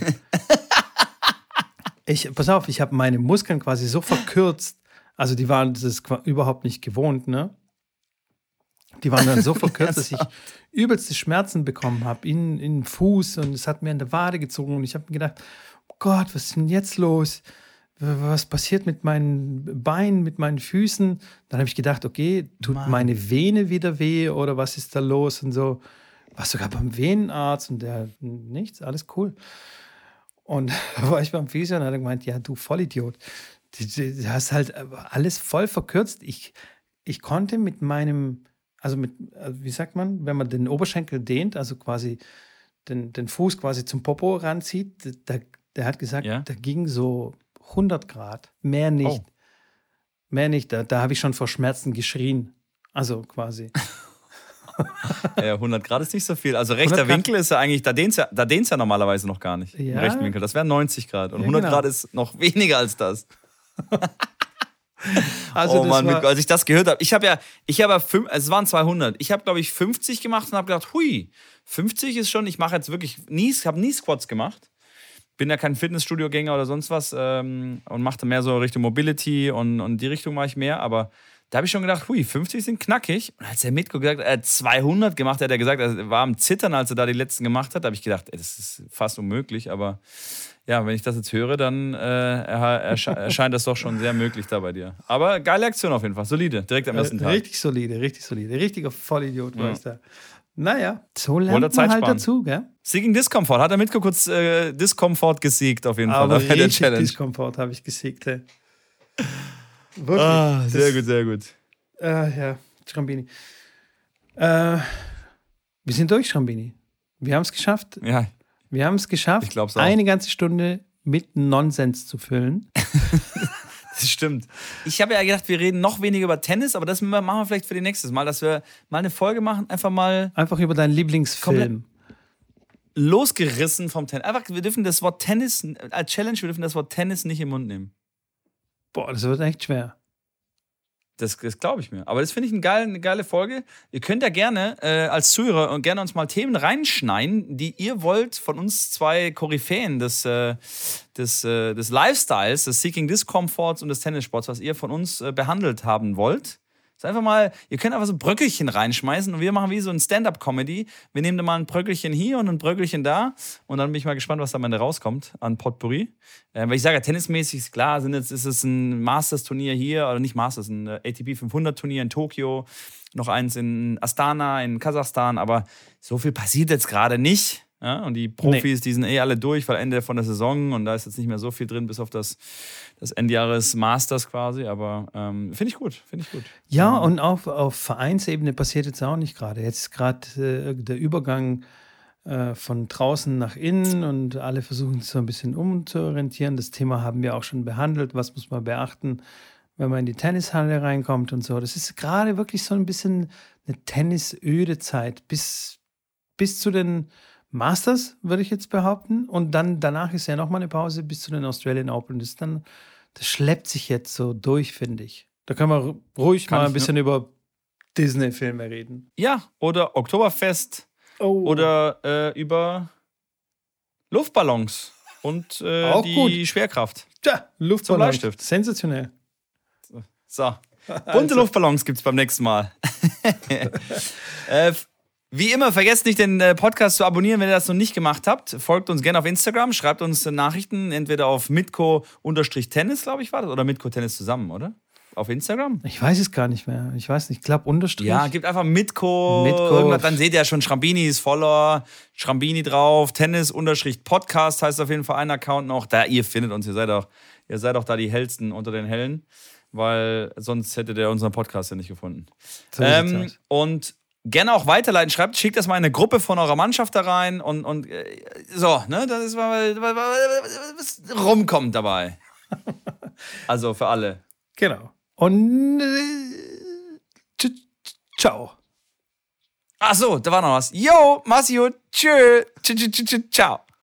pass auf, ich habe meine Muskeln quasi so verkürzt. Also die waren das überhaupt nicht gewohnt, ne? Die waren dann so verkürzt, dass ich übelste Schmerzen bekommen habe in den Fuß und es hat mir in der Wade gezogen und ich habe mir gedacht, oh Gott, was ist denn jetzt los? Was passiert mit meinen Beinen, mit meinen Füßen? Dann habe ich gedacht, okay, tut meine Vene wieder weh oder was ist da los und so. War sogar beim Venenarzt und der nichts, alles cool. Und da war ich beim Physio und hat er gemeint, ja, du Vollidiot, du hast halt alles voll verkürzt. Ich konnte mit meinem, wie sagt man, wenn man den Oberschenkel dehnt, also quasi den Fuß quasi zum Popo ranzieht, der hat gesagt, da ging so 100 Grad, mehr nicht. Oh. Mehr nicht, da habe ich schon vor Schmerzen geschrien. Also quasi. Ja, 100 Grad ist nicht so viel. Also rechter 100 Grad. Winkel ist ja eigentlich, da dehn's ja normalerweise noch gar nicht. Im Ja. rechten Winkel. Das wären 90 Grad. Und Ja, 100 genau. Grad ist noch weniger als das. Also Oh das Mann, war, als ich das gehört habe. Es waren 200. Ich habe, glaube ich, 50 gemacht und habe gedacht, hui, 50 ist schon, ich mache jetzt wirklich habe nie Squats gemacht. Bin ja kein Fitnessstudio-Gänger oder sonst was und machte mehr so Richtung Mobility und die Richtung mache ich mehr, aber da habe ich schon gedacht, hui, 50 sind knackig. Und als der Mitko gesagt hat, er hat 200 gemacht, hat er gesagt, er war am Zittern, als er da die letzten gemacht hat, habe ich gedacht, ey, das ist fast unmöglich, aber ja, wenn ich das jetzt höre, dann erscheint das doch schon sehr möglich da bei dir. Aber geile Aktion auf jeden Fall, solide, direkt am ersten Tag. richtig solide. Richtiger Vollidiot war ich da. Naja, so Wollte lernt Zeit man halt sparen. dazu, gell? Seeking Discomfort, hat der Mitko kurz Discomfort gesiegt auf jeden Fall Aber bei der richtig Challenge. Diskomfort habe ich gesiegt. Ey. Wirklich. Sehr gut, sehr gut. Ja, Schrambini. Wir sind durch, Schrambini. Wir haben es geschafft. Ja, Wir haben es geschafft, Ich glaub's auch. eine ganze Stunde mit Nonsens zu füllen. das stimmt. Ich habe ja gedacht, wir reden noch weniger über Tennis, aber das machen wir vielleicht für die nächstes Mal, dass wir mal eine Folge machen, einfach mal Einfach über deinen Lieblingsfilm. losgerissen vom Tennis. Einfach, wir dürfen das Wort Tennis, als Challenge, wir dürfen das Wort Tennis nicht im Mund nehmen. Boah, das wird echt schwer. Das glaube ich mir. Aber das finde ich eine geile Folge. Ihr könnt ja gerne als Zuhörer und gerne uns mal Themen reinschneiden, die ihr wollt von uns zwei Koryphäen des Lifestyles, des Seeking Discomforts und des Tennissports, was ihr von uns behandelt haben wollt. Ist einfach mal, ihr könnt einfach so Bröckelchen reinschmeißen und wir machen wie so ein Stand-Up-Comedy. Wir nehmen da mal ein Bröckelchen hier und ein Bröckelchen da und dann bin ich mal gespannt, was da am Ende rauskommt an Potpourri. Weil ich sage, ja, tennismäßig ist klar, ist es ein Masters-Turnier hier, oder nicht Masters, ein ATP 500-Turnier in Tokio, noch eins in Astana in Kasachstan, aber so viel passiert jetzt gerade nicht. Ja? Und die Profis, die sind alle durch, weil Ende von der Saison und da ist jetzt nicht mehr so viel drin, bis auf das Endjahres Masters quasi, aber finde ich gut. Ja, und auf Vereinsebene passiert jetzt auch nicht gerade. Jetzt gerade der Übergang von draußen nach innen und alle versuchen sich so ein bisschen umzuorientieren. Das Thema haben wir auch schon behandelt. Was muss man beachten, wenn man in die Tennishalle reinkommt und so. Das ist gerade wirklich so ein bisschen eine tennisöde Zeit bis zu den Masters, würde ich jetzt behaupten. Und dann danach ist ja nochmal eine Pause bis zu den Australian Open. Das schleppt sich jetzt so durch, finde ich. Da können wir ruhig mal ein bisschen über Disney-Filme reden. Ja, oder Oktoberfest oder über Luftballons. und Auch die gut. Schwerkraft. Tja, Luftballon. Bleistift. Sensationell. So, bunte Luftballons gibt's beim nächsten Mal. Wie immer, vergesst nicht, den Podcast zu abonnieren, wenn ihr das noch nicht gemacht habt. Folgt uns gerne auf Instagram, schreibt uns Nachrichten, entweder auf mitko_tennis, glaube ich, war das, oder mitko-tennis zusammen, oder? Auf Instagram? Ich weiß es gar nicht mehr. Ich weiß nicht. Ich glaube, Unterstrich. Ja, gebt einfach Mitko. Mitko. Dann seht ihr ja schon, Schrambini ist Follower, Schrambini drauf, Tennis_Podcast heißt auf jeden Fall ein Account noch. Da, ihr findet uns, ihr seid auch da die Hellsten unter den Hellen, weil sonst hättet ihr unseren Podcast ja nicht gefunden. So sieht's aus. Und gerne auch weiterleiten, schickt das mal in eine Gruppe von eurer Mannschaft da rein und so, ne, das ist mal was rumkommt dabei. Also für alle. Genau. Und ciao. Ach so, da war noch was. Jo, mach's gut. Tschö. Ciao.